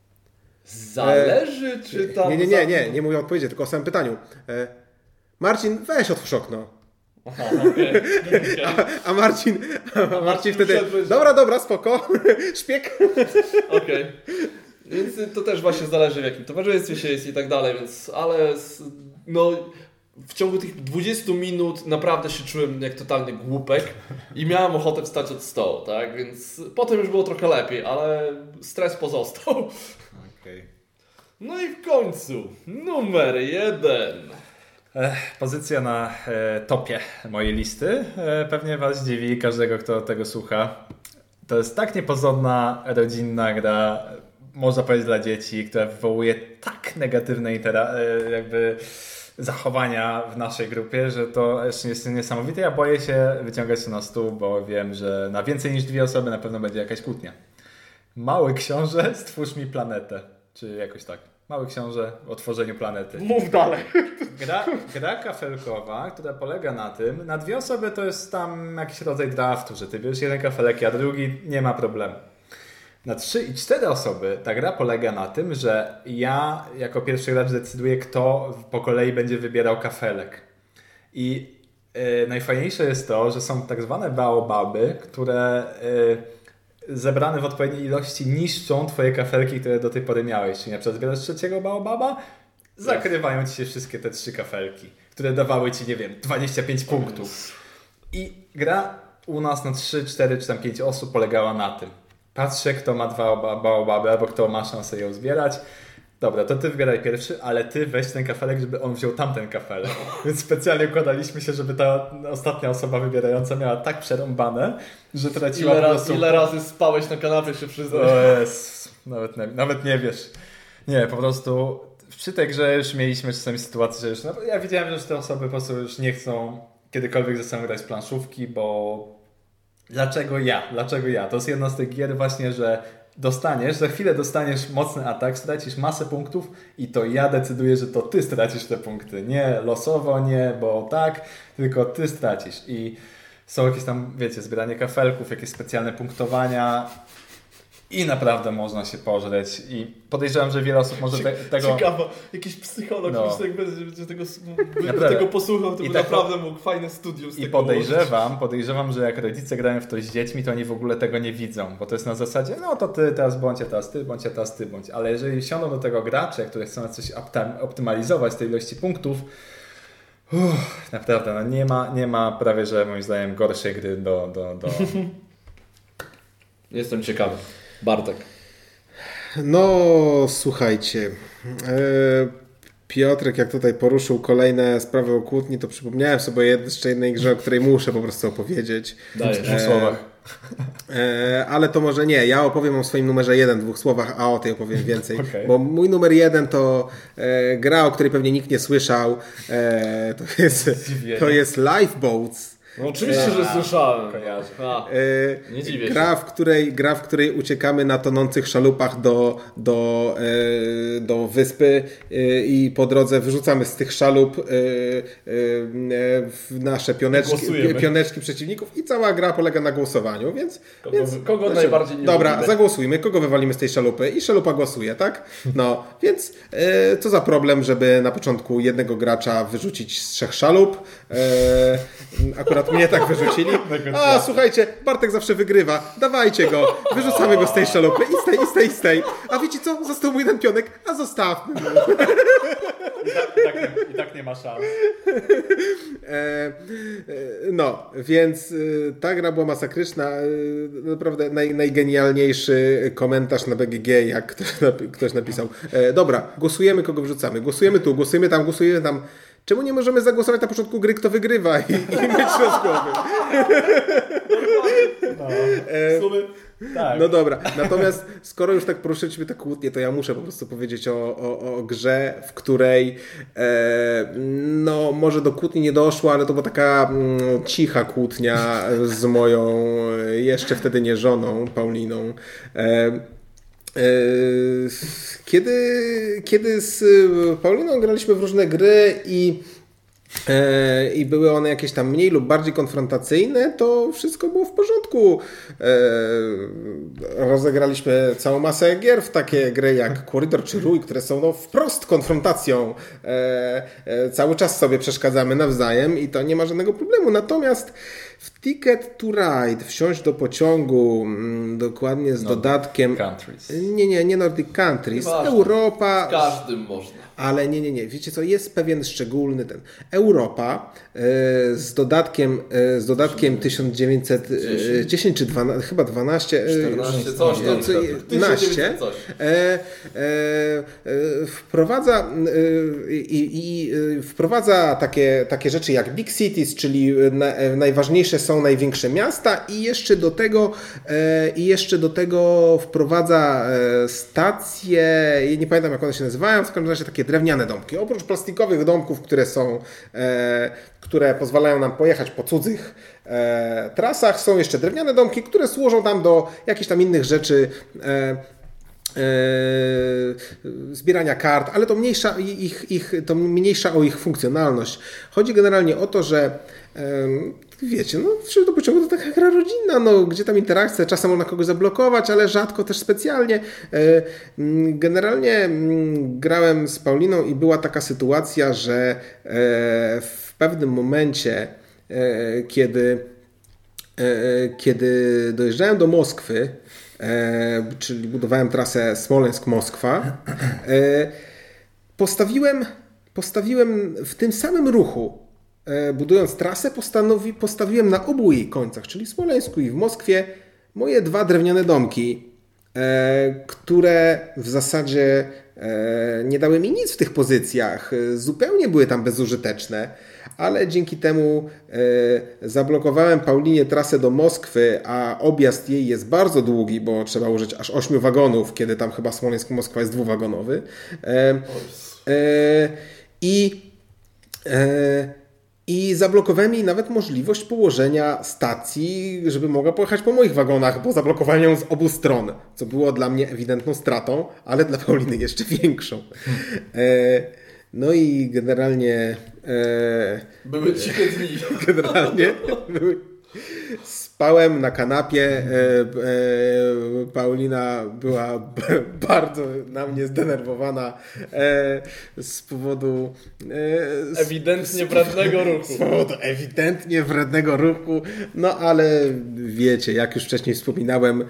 Zależy, czy tam... Nie mówię o odpowiedzi, tylko o samym pytaniu. Marcin, weź otwórz okno. Aha, okay. A Marcin wtedy, dobra, spoko, szpieg. Okej. Więc to też właśnie zależy, w jakim towarzystwie się jest i tak dalej, więc, ale w ciągu tych 20 minut naprawdę się czułem jak totalny głupek i miałem ochotę wstać od stołu, tak, więc potem już było trochę lepiej, ale stres pozostał. Okay. No i w końcu numer 1. Pozycja na topie mojej listy. Pewnie Was dziwi, każdego, kto tego słucha. To jest tak niepozorna, rodzinna gra, można powiedzieć dla dzieci, która wywołuje tak negatywne jakby zachowania w naszej grupie, że to jest niesamowite. Ja boję się wyciągać to na stół, bo wiem, że na więcej niż 2 osoby na pewno będzie jakaś kłótnia. Mały książę, stwórz mi planetę. Czy jakoś tak. Mały książę o tworzeniu planety. Mów dalej. Gra kafelkowa, która polega na tym, na 2 osoby to jest tam jakiś rodzaj draftu, że ty bierzesz jeden kafelek, a drugi, nie ma problemu. Na 3 i 4 osoby ta gra polega na tym, że ja jako pierwszy gracz decyduję, kto po kolei będzie wybierał kafelek. I najfajniejsze jest to, że są tak zwane baobaby, które zebrane w odpowiedniej ilości niszczą twoje kafelki, które do tej pory miałeś. Czyli na przykład zbierasz 3 baobaba, zakrywają ci się wszystkie te 3 kafelki, które dawały ci, nie wiem, 25 punktów. I gra u nas na 3, 4 czy tam 5 osób polegała na tym. Patrzę, kto ma 2 baobaby, albo kto ma szansę ją zbierać. Dobra, to ty wybieraj pierwszy, ale ty weź ten kafelek, żeby on wziął tamten kafelek. Więc specjalnie układaliśmy się, żeby ta ostatnia osoba wybierająca miała tak przerąbane, że traciła po prostu... Ile razy spałeś na kanapie, się przyznasz? O jest, nawet nie wiesz. Nie, po prostu przy tej grze już mieliśmy czasami sytuację, że już... ja widziałem, że już te osoby po prostu już nie chcą kiedykolwiek ze sobą grać w planszówki, bo... Dlaczego ja? To jest jedna z tych gier właśnie, że za chwilę dostaniesz mocny atak, stracisz masę punktów i to ja decyduję, że to ty stracisz te punkty. Nie losowo, nie, bo tak, tylko ty stracisz. I są jakieś tam, wiecie, zbieranie kafelków, jakieś specjalne punktowania i naprawdę można się pożreć. I podejrzewam, że wiele osób może tego... Ciekawe, jakiś psycholog będzie tego posłuchał, to by naprawdę mógł fajne studium z tego podejrzewam, że jak rodzice grają w to z dziećmi, to oni w ogóle tego nie widzą, bo to jest na zasadzie, to ty teraz bądź, a teraz ty bądź, a teraz ty bądź. Ale jeżeli siądą do tego gracze, które chcą coś optymalizować z tej ilości punktów, naprawdę, nie ma prawie, że moim zdaniem gorszej gry do... Jestem ciekawy. Bartek. No, słuchajcie. Piotrek, jak tutaj poruszył kolejne sprawy o kłótni, to przypomniałem sobie jeszcze jednej grze, o której muszę po prostu opowiedzieć. Dajesz w 2 słowach. Ale to może nie. Ja opowiem o swoim numerze 1 w 2 słowach, a o tej opowiem więcej. Okay. Bo mój numer 1 to gra, o której pewnie nikt nie słyszał. To jest Lifeboats. No oczywiście, że słyszałem. Kojarzę. Nie dziwię się. Gra, w której uciekamy na tonących szalupach do wyspy i po drodze wyrzucamy z tych szalup w nasze pioneczki przeciwników i cała gra polega na głosowaniu, więc... Kogo najbardziej nie Dobra, lubimy? zagłosujmy, kogo wywalimy z tej szalupy i szalupa głosuje, tak? No, więc co za problem, żeby na początku jednego gracza wyrzucić z 3 szalup. Akurat mnie tak wyrzucili. A, słuchajcie, Bartek zawsze wygrywa. Dawajcie go. Wyrzucamy go z tej szalupy i z tej. A wiecie co? Został mój jeden pionek, a zostawmy go. I tak nie ma szans. No, więc ta gra była masakryczna. Naprawdę najgenialniejszy komentarz na BGG, jak ktoś napisał. Dobra, głosujemy, kogo wrzucamy. Głosujemy tu, głosujemy tam. Czemu nie możemy zagłosować na początku gry, kto wygrywa i mieć rozgłowy? W sumie, tak. No dobra, natomiast skoro już tak poruszyliśmy tę kłótnię, to ja muszę po prostu powiedzieć o grze, w której no może do kłótni nie doszło, ale to była taka cicha kłótnia z moją jeszcze wtedy nie żoną, Pauliną. Kiedy z Pauliną graliśmy w różne gry i były one jakieś tam mniej lub bardziej konfrontacyjne, to wszystko było w porządku. Rozegraliśmy całą masę gier w takie gry jak Corridor czy Rój, które są no wprost konfrontacją. Cały czas sobie przeszkadzamy nawzajem i to nie ma żadnego problemu. Natomiast w Ticket to Ride, wsiąść do pociągu, dokładnie z dodatkiem... Countries. Nie Nordic Countries, Nieważne. Europa... Z każdym można. Ale nie. Wiecie co, jest pewien szczególny ten. Europa z dodatkiem 1910 czy 12, chyba 12... 14 coś tam. 12. Coś. Wprowadza takie rzeczy jak Big Cities, czyli najważniejsze są największe miasta i jeszcze do tego wprowadza stacje, nie pamiętam jak one się nazywają, w każdym razie takie drewniane domki. Oprócz plastikowych domków, które pozwalają nam pojechać po cudzych trasach, są jeszcze drewniane domki, które służą tam do jakichś tam innych rzeczy, zbierania kart, ale to mniejsza o ich funkcjonalność. Chodzi generalnie o to, że wiecie, no wsiąść do pociągu to taka gra rodzinna, no, gdzie tam interakcja, czasem można kogoś zablokować, ale rzadko też specjalnie. Generalnie grałem z Pauliną i była taka sytuacja, że w pewnym momencie, kiedy dojeżdżałem do Moskwy, czyli budowałem trasę Smoleńsk-Moskwa, postawiłem w tym samym ruchu, budując trasę, postawiłem na obu jej końcach, czyli w Smoleńsku i w Moskwie, moje 2 drewniane domki, które w zasadzie nie dały mi nic w tych pozycjach, zupełnie były tam bezużyteczne, ale dzięki temu zablokowałem Paulinie trasę do Moskwy, a objazd jej jest bardzo długi, bo trzeba użyć aż 8 wagonów, kiedy tam chyba Smoleńsk-Moskwa jest 2-wagonowy. I zablokowałem jej nawet możliwość położenia stacji, żeby mogła pojechać po moich wagonach, bo zablokowałem ją z obu stron, co było dla mnie ewidentną stratą, ale dla Pauliny jeszcze większą. No i generalnie... Były ciche dni. Generalnie spałem na kanapie. Paulina była bardzo na mnie zdenerwowana z powodu ewidentnie wrednego ruchu. Z powodu ewidentnie wrednego ruchu. No ale wiecie, jak już wcześniej wspominałem,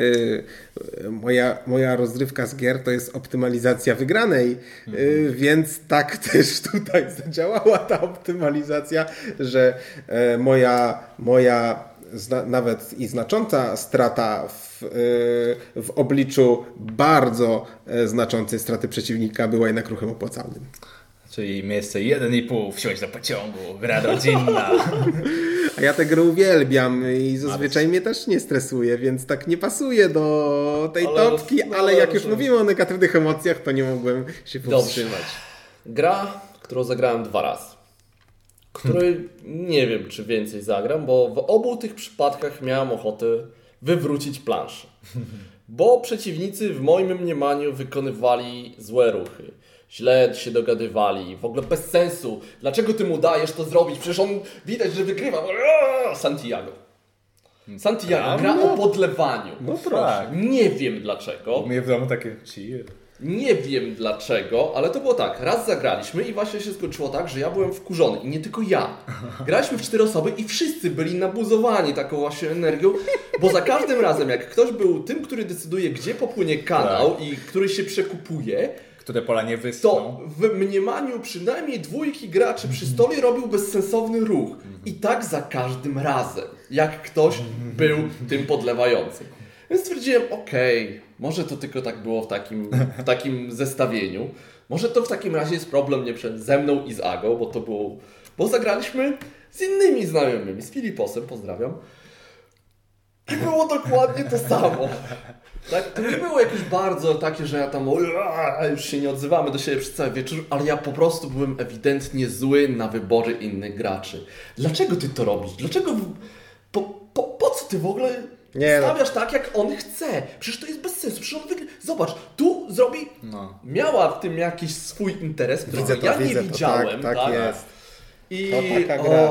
moja rozrywka z gier to jest optymalizacja wygranej, więc tak też tutaj zadziałała ta optymalizacja, że moja nawet i znacząca strata w obliczu bardzo znaczącej straty przeciwnika była jednak ruchem opłacalnym. Czyli miejsce 1,5, wsiąść do pociągu, gra rodzinna. A ja tę grę uwielbiam i zazwyczaj mnie też nie stresuje, więc tak nie pasuje do tej topki, ale jak już mówimy o negatywnych emocjach, to nie mogłem się powstrzymać. Gra, którą zagrałem 2 razy. której nie wiem, czy więcej zagram, bo w obu tych przypadkach miałem ochotę wywrócić planszę. Bo przeciwnicy w moim mniemaniu wykonywali złe ruchy. Źle się dogadywali, w ogóle bez sensu. Dlaczego ty mu dajesz to zrobić? Przecież on widać, że wygrywa. Santiago gra o podlewaniu. No tak. Nie wiem dlaczego. U mnie w domu takie chill. Nie wiem dlaczego, ale to było tak. Raz zagraliśmy i właśnie się skończyło tak, że ja byłem wkurzony. I nie tylko ja. Graliśmy w 4 osoby i wszyscy byli nabuzowani taką właśnie energią, bo za każdym razem, jak ktoś był tym, który decyduje, gdzie popłynie kanał i który się przekupuje, które pola nie wyschną. to w mniemaniu przynajmniej 2 graczy przy stole robił bezsensowny ruch. I tak za każdym razem, jak ktoś był tym podlewającym. Więc stwierdziłem, może to tylko tak było w takim zestawieniu. Może to w takim razie jest problem nie ze mną i z Agą, bo zagraliśmy z innymi znajomymi, z Filiposem, pozdrawiam. I było dokładnie to samo. Tak? To nie było jakieś bardzo takie, że ja tam już się nie odzywamy do siebie przez cały wieczór, ale ja po prostu byłem ewidentnie zły na wybory innych graczy. Dlaczego ty to robisz? Dlaczego... Po co ty w ogóle stawiasz tak, jak on chce? Przecież to jest bez sensu. Przecież on Zobacz, tu zrobi... Miała w tym jakiś swój interes, którego ja nie widziałem. Tak jest. I to taka gra.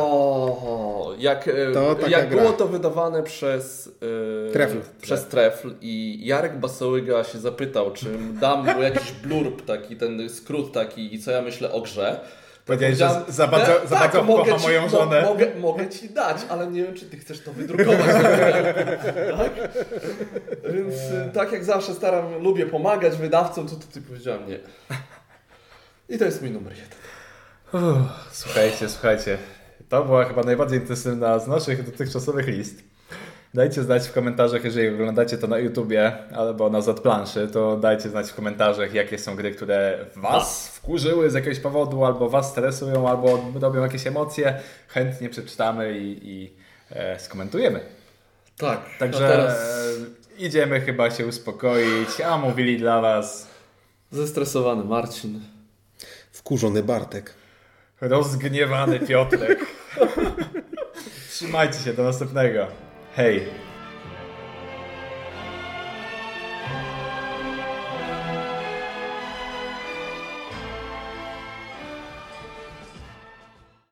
Jak było to wydawane przez Trefl i Jarek Basołyga się zapytał, czy dam mu jakiś blurb, taki ten skrót taki, co ja myślę o grze. Powiedziałeś, że za bardzo kocha moją żonę. Mogę ci dać, ale nie wiem, czy ty chcesz to wydrukować. Tak? Więc tak jak zawsze lubię pomagać wydawcom, to ty powiedziałem nie. I to jest mój numer 1. Słuchajcie. To była chyba najbardziej intensywna z naszych dotychczasowych list. Dajcie znać w komentarzach, jeżeli oglądacie to na YouTubie albo na Zplanszy, to dajcie znać w komentarzach, jakie są gry, które was wkurzyły z jakiegoś powodu, albo was stresują, albo robią jakieś emocje. Chętnie przeczytamy i skomentujemy. Tak. Także teraz idziemy chyba się uspokoić, a mówili dla was zestresowany Marcin, wkurzony Bartek, rozgniewany Piotrek. Trzymajcie się, do następnego. Hej!